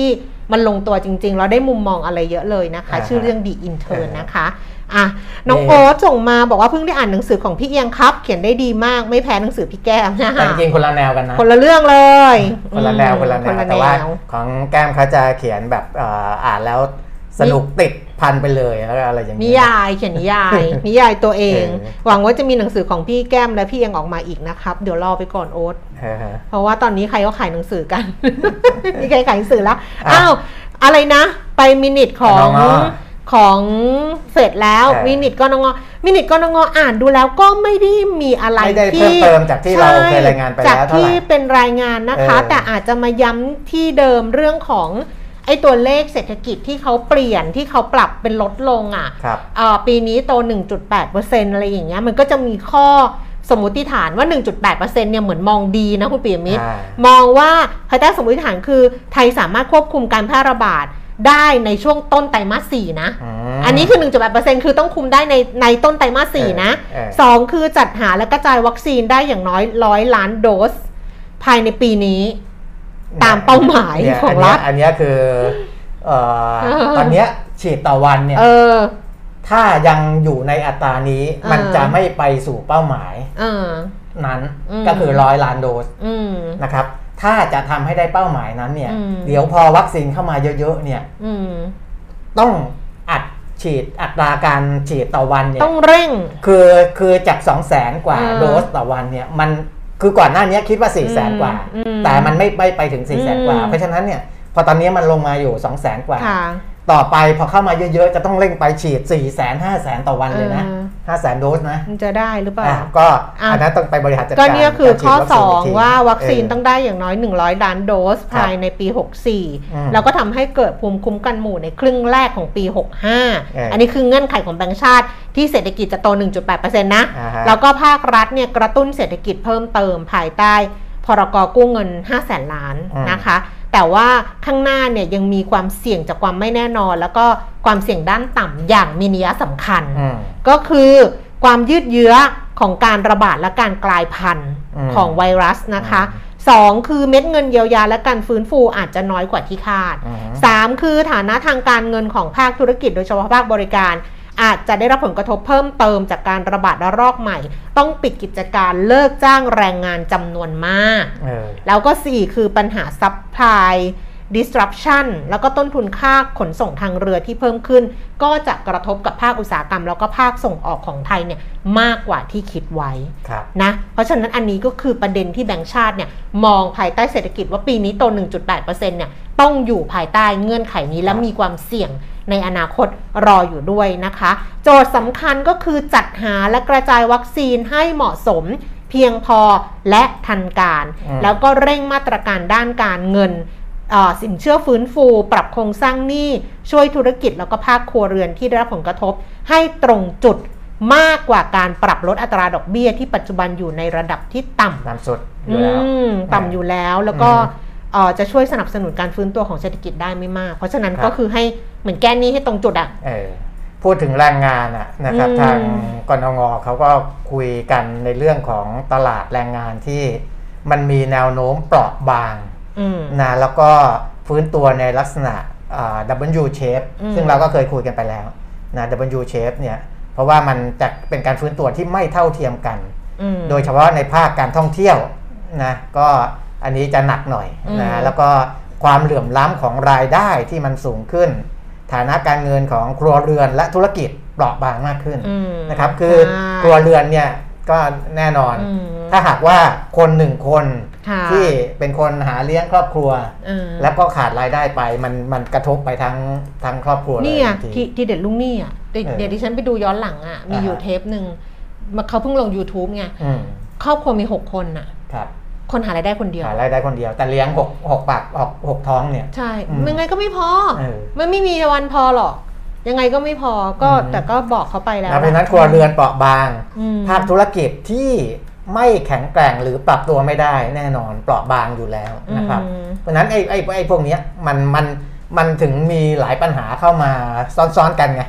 มันลงตัวจริงๆเราได้มุมมองอะไรเยอะเลยนะคะชื่อเรื่อง The Intern นะคะอ่ะน้องโอ๊ตส่งมาบอกว่าเพิ่งได้อ่านหนังสือของพี่เอียงครับเขียนได้ดีมากไม่แพ้หนังสือพี่แก้มนะคะจริงๆคนละแนวกันนะคนละเรื่องเลยคนละแนวคนละแนวแต่ว่าของแก้มเขาจะเขียนแบบอ่านแล้วสนุกติดพันไปเลยแล้วอะไรอย่างนี้นิยายเขียนนิยายนิยายตัวเองหวังว่าจะมีหนังสือของพี่แก้มและพี่เอียงออกมาอีกนะครับเดี๋ยวรอไปก่อนโอ๊ตเพราะว่าตอนนี้ใครก็ขายหนังสือกันมีใครขายหนังสือแล้วอ้าวอะไรนะไปมินิทของของเสร็จแล้วมินิทก็นงมินิทก็นงอ่านดูแล้วก็ไม่ได้มีอะไรที่เพิ่มเติมจากที่เราเคยรายงานไปแล้วจากที่เป็นรายงานนะคะแต่อาจจะมาย้ำที่เดิมเรื่องของไอ้ตัวเลขเศรษฐกิจที่เขาเปลี่ยนที่เขาปรับเป็นลดลงอ่ะปีนี้โต หนึ่งจุดแปดเปอร์เซ็นต์ อะไรอย่างเงี้ยมันก็จะมีข้อสมมุติฐานว่า หนึ่งจุดแปดเปอร์เซ็นต์ เนี่ยเหมือนมองดีนะคุณปิยมิตรมองว่าภายใต้สมมุติฐานคือไทยสามารถควบคุมการแพร่ระบาดได้ในช่วงต้นไตรมาสสี่นะ อ, อันนี้คือ หนึ่งจุดแปดเปอร์เซ็นต์ คือต้องคุมได้ในในต้นไตรมาสสี่นะสองคือจัดหาและกระจายวัคซีนได้อย่างน้อยร้อยล้านโดสภายในปีนี้ตามเป้าหมายของรัฐอันนี้คือตอนนี้ฉีดต่อวันเนี่ยถ้ายังอยู่ในอัตรานี้มันจะไม่ไปสู่เป้าหมายนั้นก็คือร้อยล้านโดสนะครับถ้าจะทำให้ได้เป้าหมายนั้นเนี่ยเดี๋ยวพอวัคซีนเข้ามาเยอะๆเนี่ยต้องอัดฉีดอัตราการฉีดต่อวันเนี่ยต้องเร่งคือคือจากสองแสนกว่าโดสต่อวันเนี่ยมันคือก่อนหน้านี้คิดว่าสี่แสนกว่าแต่มันไม่ไปไปถึงสี่แสนกว่าเพราะฉะนั้นเนี่ยพอตอนนี้มันลงมาอยู่สองแสนกว่าต่อไปพอเข้ามาเยอะๆจะต้องเร่งไปฉีด สี่แสน ห้าแสน ต่อวันเลยนะ ห้าแสน โดสนะมันจะได้หรือเปล่าก็อันนั้นต้องไปบริหารจัดการก็นี่คือข้อสองว่าวัคซีนต้องได้อย่างน้อยหนึ่งร้อยล้านโดสภายในปีหกสี่แล้วก็ทำให้เกิดภูมิคุ้มกันหมู่ในครึ่งแรกของปีหกห้าอันนี้คือเงื่อนไขของแบงก์ชาติที่เศรษฐกิจจะโต หนึ่งจุดแปดเปอร์เซ็นต์ นะแล้วก็ภาครัฐเนี่ยกระตุ้นเศรษฐกิจเพิ่มเติมภายใต้พรก.กู้เงินห้าแสนล้านนะคะแต่ว่าข้างหน้าเนี่ยยังมีความเสี่ยงจากความไม่แน่นอนแล้วก็ความเสี่ยงด้านต่ำอย่างมีนัยสำคัญก็คือความยืดเยื้อของการระบาดและการกลายพันธุ์ของไวรัสนะคะสองคือเม็ดเงินเยียวยาและการฟื้นฟูอาจจะน้อยกว่าที่คาดสามคือฐานะทางการเงินของภาคธุรกิจโดยเฉพาะภาคบริการอาจจะได้รับผลกระทบเพิ่มเติมจากการระบาดระลอกใหม่ต้องปิดกิจการเลิกจ้างแรงงานจำนวนมากแล้วก็สี่คือปัญหา supply disruption แล้วก็ต้นทุนค่าขนส่งทางเรือที่เพิ่มขึ้นก็จะกระทบกับภาคอุตสาหกรรมแล้วก็ภาคส่งออกของไทยเนี่ยมากกว่าที่คิดไว้นะเพราะฉะนั้นอันนี้ก็คือประเด็นที่แบงก์ชาติเนี่ยมองภายใต้เศรษฐกิจว่าปีนี้โต หนึ่งจุดแปดเปอร์เซ็นต์ เนี่ยต้องอยู่ภายใต้เงื่อนไขนี้และมีความเสี่ยงในอนาคตรออยู่ด้วยนะคะโจทย์สำคัญก็คือจัดหาและกระจายวัคซีนให้เหมาะสมเพียงพอและทันการแล้วก็เร่งมาตรการด้านการเงินสินเชื่อฟื้นฟูปรับโครงสร้างหนี้ช่วยธุรกิจแล้วก็ภาคครัวเรือนที่ได้รับผลกระทบให้ตรงจุดมากกว่าการปรับลดอัตราดอกเบี้ยที่ปัจจุบันอยู่ในระดับที่ต่ำต่ำสุดอยู่แล้วต่ำอยู่แล้วแล้วก็จะช่วยสนับสนุนการฟื้นตัวของเศรษฐกิจได้ไม่มากเพราะฉะนั้นก็คือให้เหมือนแก้หนี้ให้ตรงจุดอ่ะพูดถึงแรงงานอ่ะนะครับทางกนง.เขาก็คุยกันในเรื่องของตลาดแรงงานที่มันมีแนวโน้มเปราะบางนะแล้วก็ฟื้นตัวในลักษณะ ดับเบิลยู shape ซึ่งเราก็เคยคุยกันไปแล้วนะ ดับเบิลยู shape เนี่ยเพราะว่ามันจะเป็นการฟื้นตัวที่ไม่เท่าเทียมกันโดยเฉพาะในภาคการท่องเที่ยวนะก็อันนี้จะหนักหน่อยนะแล้วก็ความเหลื่อมล้ำของรายได้ที่มันสูงขึ้นฐานะการเงินของครัวเรือนและธุรกิจเปราะบางมากขึ้นนะครับคือครัวเรือนเนี่ยก็แน่นอนถ้าหากว่าคนหนึ่งคนที่เป็นคนหาเลี้ยงครอบครัวแล้วก็ขาดรายได้ไปมันมันกระทบไปทั้งทั้งครอบครัวเลยนี่อ่ะที่ที่เด็ดลุงนี่อ่ะเดี๋ยวดิฉันไปดูย้อนหลังอ่ะมีอยู่เทปหนึ่งเขาเพิ่งลง YouTube ไงครอบครัวมีหกคนน่ะคนหารายได้คนเดียวหารายได้คนเดียวแต่เลี้ยงหกหกปากหกหกท้องเนี่ยใช่ยังไงก็ไม่พอมันไม่มีวันพอหรอกยังไงก็ไม่พอก็แต่ก็บอกเขาไปแล้วเพราะฉะนั้นครัวเรือนเปราะบางภาคธุรกิจที่ไม่แข็งแกร่งหรือปรับตัวไม่ได้แน่นอนเปราะบางอยู่แล้วนะครับเพราะฉะนั้นไอ้ไอ้ไอ้พวกนี้มันมันมันถึงมีหลายปัญหาเข้ามาซ้อนๆกันไง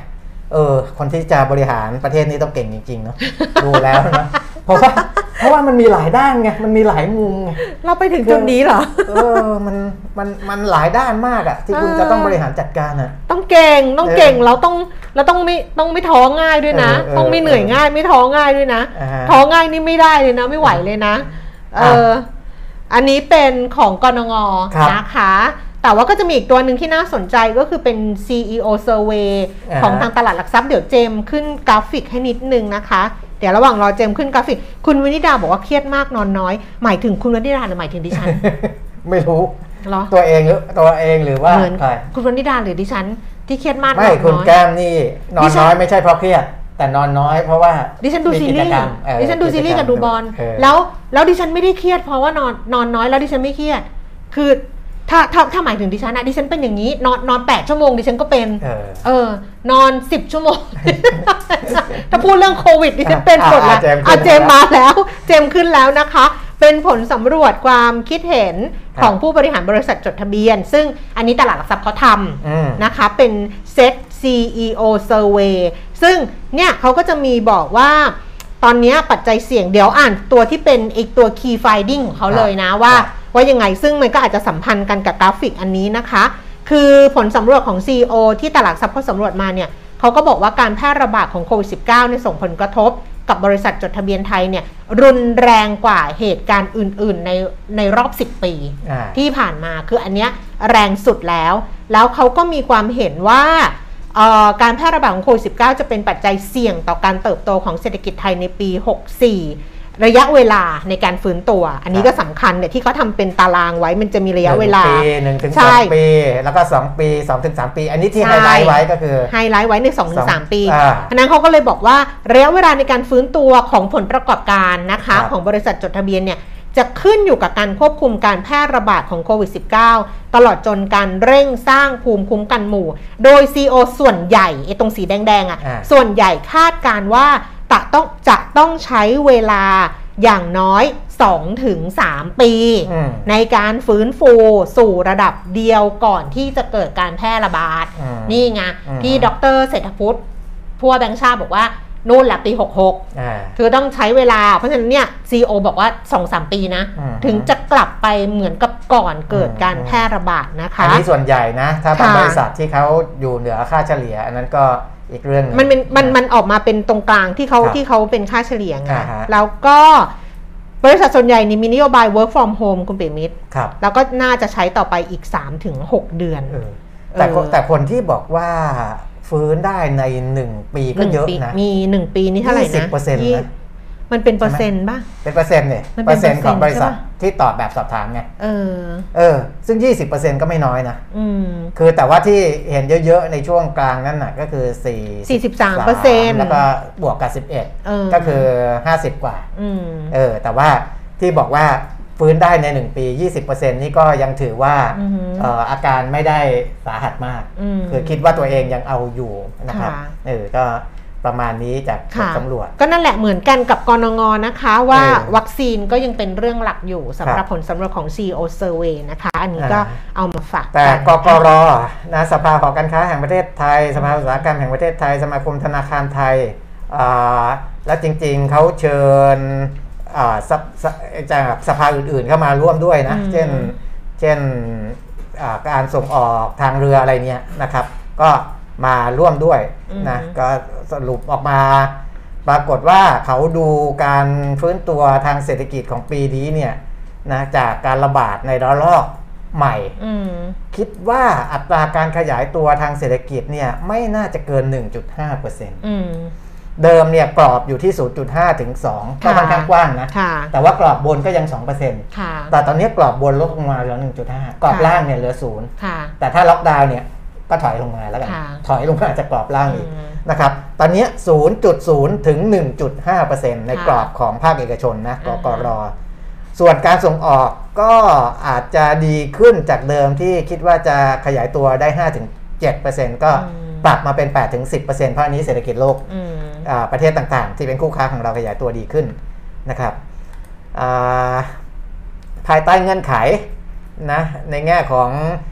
เออคนที่จะบริหารประเทศนี้ต้องเก่งจริงๆเนาะดูแล้วนะเพราะว่าเพราะว่ามันมีหลายด้านไงมันมีหลายมุมไงเราไปถึงจุดนี้เหรอเออมันมันมันหลายด้านมากอะที่คุณจะต้องบริหารจัดการอะต้องเก่งต้องเก่งเราต้องเราต้องไม่ต้องไม่ท้อง่ายด้วยนะต้องไม่เหนื่อยง่ายไม่ท้อง่ายด้วยนะท้อง่ายนี่ไม่ได้เลยนะไม่ไหวเลยนะเอออันนี้เป็นของกนง.นะคะแต่ว่าก็จะมีอีกตัวหนึ่งที่น่าสนใจก็คือเป็น ซี อี โอ Survey ของทางตลาดหลักทรัพย์เดี๋ยวเจมขึ้นกราฟิกให้นิดนึงนะคะเดี๋ยวระหว่างรอเจมขึ้นกราฟิกคุณวนิดาบอกว่าเครียดมากนอนน้อยหมายถึงคุณวนิดาหรือหมายถึงดิฉันไม่รู้เหรอตัวเองหรือตัวเองหรือว่าคุณวนิดาหรือดิฉันที่เครียดมากไม่คุณแก้มนี่นอนน้อยไม่ใช่เพราะเครียดแต่นอนน้อยเพราะว่าดิฉันดูซีรีส์ดิฉันดูซีรีส์กับดูบอลแล้วแล้วดิฉันไม่ได้เครียดเพราะว่านอนนอนน้อยแล้วดิฉันไม่เครียดคือถ้าถ้าถ้าหมายถึงดิฉันนะดิฉันเป็นอย่างนี้นอนนอนแปดชั่วโมงดิฉันก็เป็นเออเออนอนสิบชั่วโมงถ้าพูดเรื่องโควิดดิฉันเป็นหมดแล้วอ่ะเจมมาแล้วเจมขึ้นแล้วนะคะเป็นผลสำรวจความคิดเห็นของผู้บริหารบริษัทจดทะเบียนซึ่งอันนี้ตลาดหลักทรัพย์เขาทำนะคะเป็น เซ็ต ซี อี โอ Survey ซึ่งเนี่ยเขาก็จะมีบอกว่าตอนนี้ปัจจัยเสี่ยงเดี๋ยวอ่านตัวที่เป็นอีกตัว Key Finding ของเขาเลยนะว่าว่ายังไงซึ่งมันก็อาจจะสัมพันธ์กันกับกราฟิกอันนี้นะคะคือผลสำรวจของ ซี อี โอ ที่ตลาดทรัพย์เขาสำรวจมาเนี่ยเขาก็บอกว่าการแพร่ระบาดของโควิด สิบเก้า เนี่ยส่งผลกระทบกับบริษัทจดทะเบียนไทยเนี่ยรุนแรงกว่าเหตุการณ์อื่นๆในในรอบสิบปีที่ผ่านมาคืออันเนี้ยแรงสุดแล้วแล้วเขาก็มีความเห็นว่าการแพร่ระบาดของโควิด สิบเก้า จะเป็นปัจจัยเสี่ยงต่อการเติบโตของเศรษฐกิจไทยในปีหกสิบสี่ระยะเวลาในการฟื้นตัวอันนี้ก็สำคัญเนี่ยที่เขาทำเป็นตารางไว้มันจะมีระยะเวลาปีหนึ่งถึงสองปีแล้วก็สองปีสองถึงสามปีอันนี้ที่ไฮไลท์ไว้ก็คือไฮไลท์ไว้ใน สองถึงสาม ปีอันนั้นเขาก็เลยบอกว่าระยะเวลาในการฟื้นตัวของผลประกอบการนะคะของบริษัทจดทะเบียนเนี่ยจะขึ้นอยู่กับการควบคุมการแพร่ระบาดของโควิด สิบเก้า ตลอดจนการเร่งสร้างภูมิคุ้มกันหมู่โดย ซี อี โอ ส่วนใหญ่ไอ้ตรงสีแดงๆอ่ะส่วนใหญ่คาดการว่าจะต้องจะต้องใช้เวลาอย่างน้อย สองถึงสาม ปีในการฟื้นฟูสู่ระดับเดียวก่อนที่จะเกิดการแพร่ระบาดนี่ไงที่ดร.เศรษฐพุทธผู้ว่าแบงก์ชาติบอกว่านู่นแหละปีหกสิบหกคือต้องใช้เวลาเพราะฉะนั้นเนี่ย ซี อี โอ บอกว่า สองถึงสาม ปีนะถึงจะกลับไปเหมือนกับก่อนเกิดการแพร่ระบาดนะคะอันนี้ส่วนใหญ่นะถ้าบริษัทที่เขาอยู่เหนือค่าเฉลี่ยอันนั้นก็อีกเรื่องนึงมันเป็นมันมันออกมาเป็นตรงกลางที่เขาที่เขาเป็นค่าเฉลี่ยไงแล้วก็บริษัทส่วนใหญ่นี่มีนโยบาย work from home คุณเปรมิตรแล้วก็น่าจะใช้ต่อไปอีก สามถึงหก เดือนแต่แต่คนที่บอกว่าฟื้นได้ในหนึ่งปีก็เยอะนะมีหนึ่งปีนี่เท่าไหร่นะยี่สิบเปอร์เซ็นต์ นะมันเป็นเปอร์เซ็นต์ป่ะเป็นเปอร์เซ็นต์เนี่ยเปอร์เซ็นต์ของบริษัทที่ตอบแบบสอบถามไงเออเออซึ่ง ยี่สิบเปอร์เซ็นต์ ก็ไม่น้อยนะอืมคือแต่ว่าที่เห็นเยอะๆในช่วงกลางนั้นน่ะก็คือสี่สิบสามเปอร์เซ็นต์แล้วก็บวกกับสิบเอ็ดก็คือห้าสิบกว่าอืมเออแต่ว่าที่บอกว่าฟื้นได้ในหนึ่งปี ยี่สิบเปอร์เซ็นต์ นี่ก็ยังถือว่าเอ่ออาการไม่ได้สาหัสมากคือคิดว่าตัวเองยังเอาอยู่นะครับเออก็ประมาณนี้จากผลสำรวจก็นั่นแหละเหมือนกันกับกนง.นะคะว่าวัคซีนก็ยังเป็นเรื่องหลักอยู่สำหรับผลสำรวจของ ซี อี โอ Survey นะคะอันนี้ก็เอามาฝากแต่กกร.นะสภาหอการค้าแห่งประเทศไทยสภาอุตสาหกรรมแห่งประเทศไทยสมาคมธนาคารไทยแล้วจริงๆเขาเชิญจากสภาอื่นๆเข้ามาร่วมด้วยนะเช่นเช่นการส่งออกทางเรืออะไรเนี่ยนะครับก็มาร่วมด้วยนะก็สรุปออกมาปรากฏว่าเขาดูการฟื้นตัวทางเศรษฐกิจของปีนี้เนี่ยนะจากการระบาดในระลอกใหม่คิดว่าอัตราการขยายตัวทางเศรษฐกิจเนี่ยไม่น่าจะเกิน หนึ่งจุดห้าเปอร์เซ็นต์ เดิมเนี่ยกรอบอยู่ที่ ศูนย์จุดห้า ถึง สองก็ค่อนข้างกว้างนะแต่ว่ากรอบบนก็ยัง สองเปอร์เซ็นต์ แต่ตอนนี้กรอบบนลดลงมาเหลือ หนึ่งจุดห้า กรอบล่างเนี่ยเหลือศูนย์แต่ถ้าล็อกดาวน์เนี่ยก็ถอยลงมาแล้วกันถอยลงมาจากกรอบล่างอีกนะครับตอนนี้ ศูนย์จุดศูนย์ ถึง หนึ่งจุดห้าเปอร์เซ็นต์ ในกรอบของภาคเอกชนนะกกร.ส่วนการส่งออกก็อาจจะดีขึ้นจากเดิมที่คิดว่าจะขยายตัวได้ ห้าถึงเจ็ดเปอร์เซ็นต์ ก็ปรับมาเป็น แปดถึงสิบเปอร์เซ็นต์ เพราะอันนี้เศรษฐกิจโลกประเทศต่างๆที่เป็นคู่ค้าของเราขยายตัวดีขึ้นนะครับภายใต้เงื่อนไขนะในแง่ของ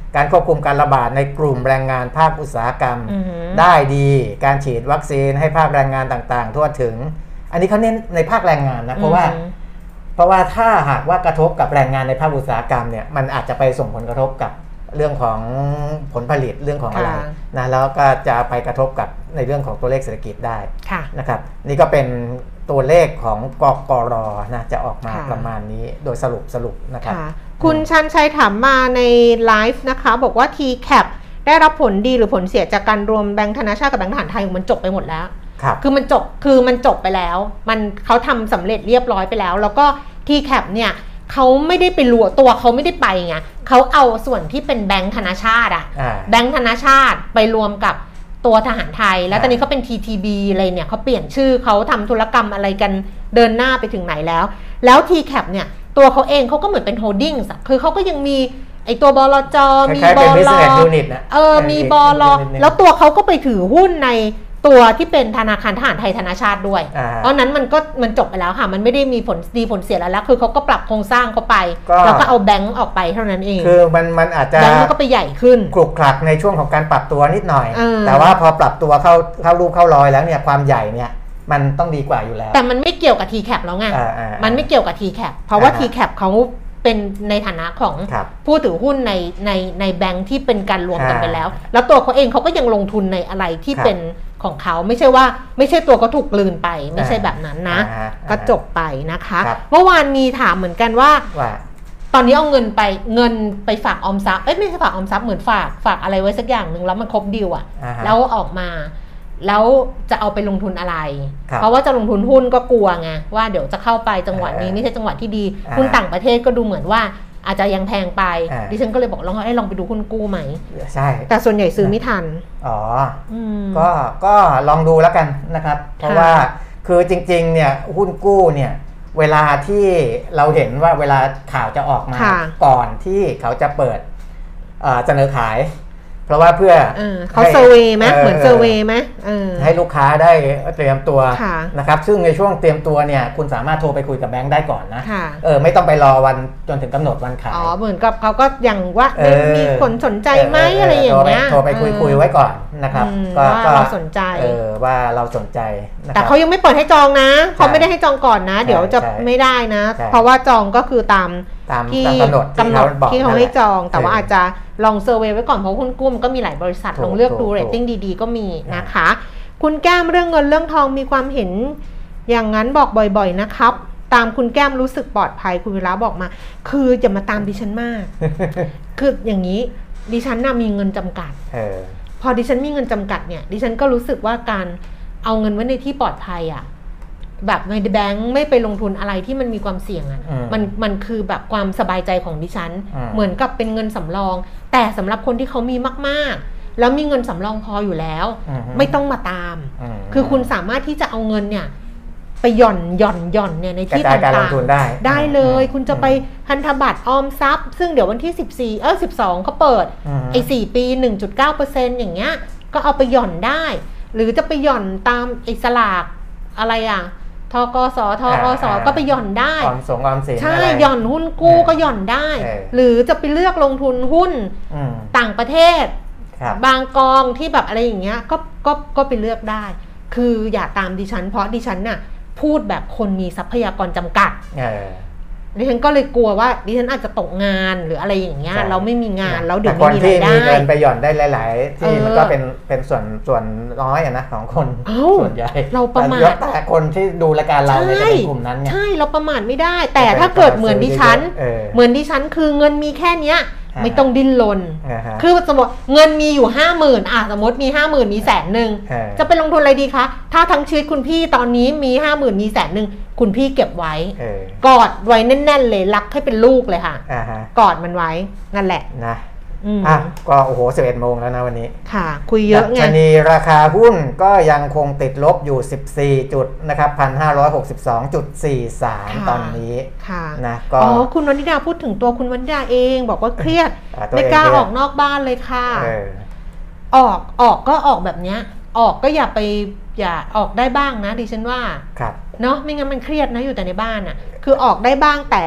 การควบคุมการระบาดในกลุ่มแรงงานภาคอุตสาหกรรมได้ดีการฉีดวัคซีนให้ภาคแรงงานต่างๆทั่วถึงอันนี้เขาเน้นในภาคแรงงานนะเพราะว่าเพราะว่าถ้าหากว่ากระทบกับแรงงานในภาคอุตสาหกรรมเนี่ยมันอาจจะไปส่งผลกระทบกับเรื่องของผลผลิตเรื่องของอะไรนะแล้วก็จะไปกระทบกับในเรื่องของตัวเลขเศรษฐกิจได้นะครับนี่ก็เป็นตัวเลขของกกร.นะจะออกมาประมาณนี้โดยสรุปสรุปนะครับคุณชันชัยถามมาในไลฟ์นะคะบอกว่า ที แคป ได้รับผลดีหรือผลเสียจากการรวมแบงก์ธนาชาติกับแบงก์ทหารไทยมันจบไปหมดแล้วคือมันจบคือมันจบไปแล้วมันเขาทำสำเร็จเรียบร้อยไปแล้วแล้วก็ ที แคป เนี่ยเขาไม่ได้ไปรวมตัวเขาไม่ได้ไปไงเขาเอาส่วนที่เป็นแบงก์ธนาชาติอะแบงก์ธนาชาติไปรวมกับตัวทหารไทยแล้วตอนนี้เขาเป็น ที ที บี อะไรเนี่ยเขาเปลี่ยนชื่อเขาทำธุรกรรมอะไรกันเดินหน้าไปถึงไหนแล้วแล้ว ที แคป เนี่ยตัวเขาเองเขาก็เหมือนเป็นโฮลดิ้งส์คือเขาก็ยังมีไอตัวบลจมีบลเออมีบลแล้วตัวเขาก็ไปถือหุ้นในตัวที่เป็นธนาคารทหารไทยธนาชาติด้วยเพราะนั้นมันก็มันจบไปแล้วค่ะมันไม่ได้มีผลดีผลเสียแล้วแล้วคือเขาก็ปรับโครงสร้างเขาไปแล้วก็เอาแบงก์ออกไปเท่านั้นเองคือมันมันอาจจะแบงก์ก็ไปใหญ่ขึ้นกลุกคลักในช่วงของการปรับตัวนิดหน่อยแต่ว่าพอปรับตัวเข้าเข้ารูปเข้ารอยแล้วเนี่ยความใหญ่เนี่ยมันต้องดีกว่าอยู่แล้วแต่มันไม่เกี่ยวกับ ที แคป แล้วไงมันไม่เกี่ยวกับ ที แคป เพราะว่า ที แคป เขาเป็นในฐานะของผู้ถือหุ้นในในในแบงค์ที่เป็นการรวมกันไปแล้วแล้วตัวเขาเองเขาก็ยังลงทุนในอะไรที่เป็นของเขาไม่ใช่ว่าไม่ใช่ตัวก็ถูกกลืนไปไม่ใช่แบบนั้นนะก็จบไปนะคะเมื่อวานมีถามเหมือนกันว่าตอนนี้เอาเงินไปเงินไปฝากออมทรัพย์เอ้ยไม่ใช่ฝากออมทรัพย์เหมือนฝากฝากอะไรไว้สักอย่างหนึ่งแล้วมันครบดีลอ่ะแล้วออกมาแล้วจะเอาไปลงทุนอะไรเพราะว่าจะลงทุนหุ้นก็กลัวไงว่าเดี๋ยวจะเข้าไปจังหวะนี้ไม่ใช่จังหวะที่ดีหุ้นต่างประเทศก็ดูเหมือนว่าอาจจะยังแพงไปดิฉันก็เลยบอกลองให้ลองไปดูหุ้นกู้ไหมใช่แต่ส่วนใหญ่ซื้อไม่ทันอ๋อก็ก็ลองดูแล้วกันนะครับเพราะว่าคือจริงๆเนี่ยหุ้นกู้เนี่ยเวลาที่เราเห็นว่าเวลาข่าวจะออกมาก่อนที่เขาจะเปิดเสนอขายเพราะว่าเพื่อเขาเซอร์เวย์ไหมเหมือนเซอร์เวย์ไหมให้ลูกค้าได้เตรียมตัวนะครับซึ่งในช่วงเตรียมตัวเนี่ยคุณสามารถโทรไปคุยกับแบงค์ได้ก่อนนะเออไม่ต้องไปรอวันจนถึงกำหนดวันขายอ๋อเหมือนกับเขาก็อย่างว่ามีคนสนใจไหมอะไรอย่างเงี้ยโทรไปคุยคุยไว้ก่อนนะครับก็เราสนใจเออว่าเราสนใจแต่เขายังไม่เปิดให้จองนะเขาไม่ได้ให้จองก่อนนะเดี๋ยวจะไม่ได้นะเพราะว่าจองก็คือตามที่กำหนดที่เขาให้จองแต่ว่าอาจจะลองเซอร์เวย์ไว้ก่อนเพราะหุ้นกู้มันก็มีหลายบริษัทลองเลือกดูเรตติ้งดีๆก็มีนะคะคุณแก้มเรื่องเงินเรื่องทองมีความเห็นอย่างนั้นบอกบ่อยๆนะครับตามคุณแก้มรู้สึกปลอดภัยคุณวิระบอกมาคืออย่ามาตามดิฉันมากคืออย่างนี้ดิฉันน่ะมีเงินจำกัดพอดิฉันมีเงินจำกัดเนี่ยดิฉันก็รู้สึกว่าการเอาเงินไว้ในที่ปลอดภัยอ่ะแบบในแบงค์ไม่ไปลงทุนอะไรที่มันมีความเสี่ยงอ่ะมันมันคือแบบความสบายใจของดิฉันเหมือนกับเป็นเงินสำรองแต่สำหรับคนที่เขามีมากๆแล้วมีเงินสำรองพออยู่แล้วไม่ต้องมาตามคือคุณสามารถที่จะเอาเงินเนี่ยไปหย่อนหย่อนหย่อนเนี่ยในที่ต่างๆได้ได้เลยคุณจะไปพันธบัตรออมทรัพย์ซึ่งเดี๋ยววันที่สิบสี่เออสิบสองเขาเปิดไอ้สี่ปี หนึ่งจุดเก้าเปอร์เซ็นต์ อย่างเงี้ยก็เอาไปหย่อนได้หรือจะไปหย่อนตามไอ้สลากอะไรอ่ะทกสทกสก็ไปหย่อนได้ออมสงออมสินใช่หย่อนหุ้นกู้ก็หย่อนได้หรือจะไปเลือกลงทุนหุ้นต่างประเทศบางกองที่แบบอะไรอย่างเงี้ยก็ก็ก็ไปเลือกได้คืออย่าตามดิฉันเพราะดิฉันน่ะพูดแบบคนมีทรัพยากรจำกัดดิฉันก็เลยกลัวว่าดิฉันอาจจะตกงานหรืออะไรอย่างเงี้ยเราไม่มีงานแล้วเดี๋ยวไม่มีรายได้แต่คนที่มีเงินไปหย่อนได้หลายๆที่มันก็เป็นเป็นส่วนส่วนน้อยนะของคนส่วนใหญ่เราประมาทแต่คนที่ดูรายการเราเนี่ยจะเป็นกลุ่มนั้นไงใช่เราประมาทไม่ได้แต่ถ้าเกิดเหมือนดิฉันเหมือนดิฉันคือเงินมีแค่เนี้ยไม่ต้องดิ้นรนคือสมมติเงินมีอยู่ห้าหมื่นอ่ะสมมติมีห้าหมื่นมีแสนหนึ่งจะไปลงทุนอะไรดีคะถ้าทั้งชีวิตคุณพี่ตอนนี้มีห้าหมื่นมีแสนหนึ่งคุณพี่เก็บไว้กอดไว้แน่นๆเลยรักให้เป็นลูกเลยค่ะกอดมันไว้นั่นแหละนะอ่ะก็โอ้โหสิบเอ็ดโมงแล้วนะวันนี้ค่ะคุยเยอะไงดัชนีราคาหุ้นก็ยังคงติดลบอยู่สิบสี่จุดนะครับ หนึ่งพันห้าร้อยหกสิบสองจุดสี่สาม ตอนนี้นะก็อ๋อคุณวนิดาพูดถึงตัวคุณวนิดาเองบอกว่าเครียดไม่กล้าออกนอกบ้านเลยค่ะออกออกก็ออกแบบเนี้ยออกก็อย่าไปอย่าออกได้บ้างนะดิฉันว่าเนาะไม่งั้นมันเครียดนะอยู่แต่ในบ้านอ่ะคือออกได้บ้างแต่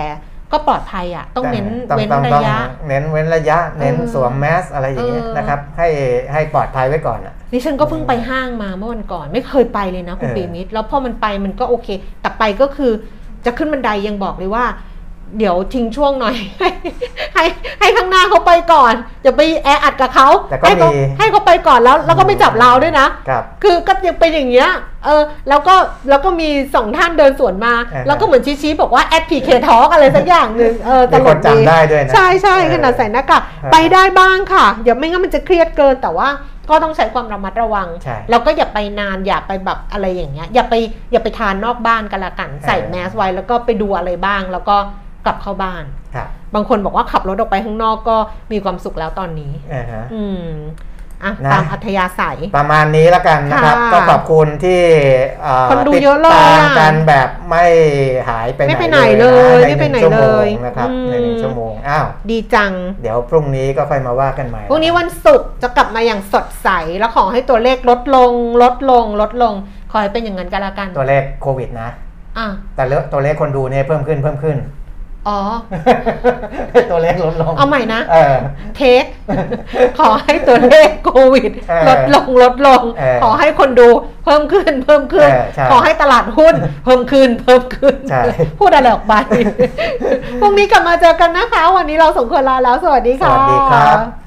ก็ปลอดภัยอ่ะต้องเน้นเว้นระยะเน้นเว้นระยะเน้นสวมแมสอะไรอย่างเงี้ยนะครับให้ให้ปลอดภัยไว้ก่อนอ่ะดิฉันก็เพิ่งไปห้างมาเมื่อวันก่อนไม่เคยไปเลยนะคุณปีมิตรแล้วพอมันไปมันก็โอเคแต่ไปก็คือจะขึ้นบันไดยังบอกเลยว่าเดี๋ยวทิ้งช่วงหน่อยให้ให้ให้ข้างหน้าเขาไปก่อนอย่าไปแออัดกับเขาให้เขาให้เขาไปก่อนแล้วแล้วก็ไม่จับเราด้วยนะคือก็ยังเป็นอย่างเงี้ยเออแล้วก็แล้วก็มีสองท่านเดินสวนมาแล้วก็เหมือนชี้ๆบอกว่าแอดพีเคทอล์กอะไรสักอย่างหนึ่งเออตลกดีได้ด้วยนะใช่ใช่ขนาดใส่หน้ากากไปได้บ้างค่ะเดี๋ยวไม่งั้นมันจะเครียดเกินแต่ว่าก็ต้องใช้ความระมัดระวังแล้วก็อย่าไปนานอย่าไปแบบอะไรอย่างเงี้ยอย่าไปอย่าไปทานนอกบ้านกันละกันใส่แมสไว้แล้วก็ไปดูอะไรบ้างแล้วก็กลับเข้าบ้านบางคนบอกว่าขับรถออกไปข้างนอกก็มีความสุขแล้วตอนนี้อืมอ่ะตามอัธยาศัยประมาณนี้แล้วกันนะครับก็ขอบคุณที่คนดูเยอะเลยติดตามกันแบบไม่หายไปไหนไม่ไปไหนเลยไม่ไปไหนเลยนะครับในหนึ่งชั่วโมงอ้าวดีจังเดี๋ยวพรุ่งนี้ก็ค่อยมาว่ากันใหม่พรุ่งนี้วันศุกร์จะกลับมาอย่างสดใสแล้วขอให้ตัวเลขลดลงลดลงลดลงขอให้เป็นอย่างนั้นกันละกันตัวเลขโควิดนะอ่ะแต่ตัวเลขคนดูเนี่ยเพิ่มขึ้นเพิ่มขึ้นอ๋อตัวเลขลดลงเอาใหม่นะเทคขอให้ตัวเลขโควิดลดลงลดลงขอให้คนดูเพิ่มขึ้นเพิ่มขึ้นขอให้ตลาดหุ้นเพิ่มขึ้นเพิ่มขึ้นพูดอะไรออกไปพรุ่งนี้กลับมาเจอกันนะคะวันนี้เราสองคนลาแล้วสวัสดีค่ะสวัสดีครับ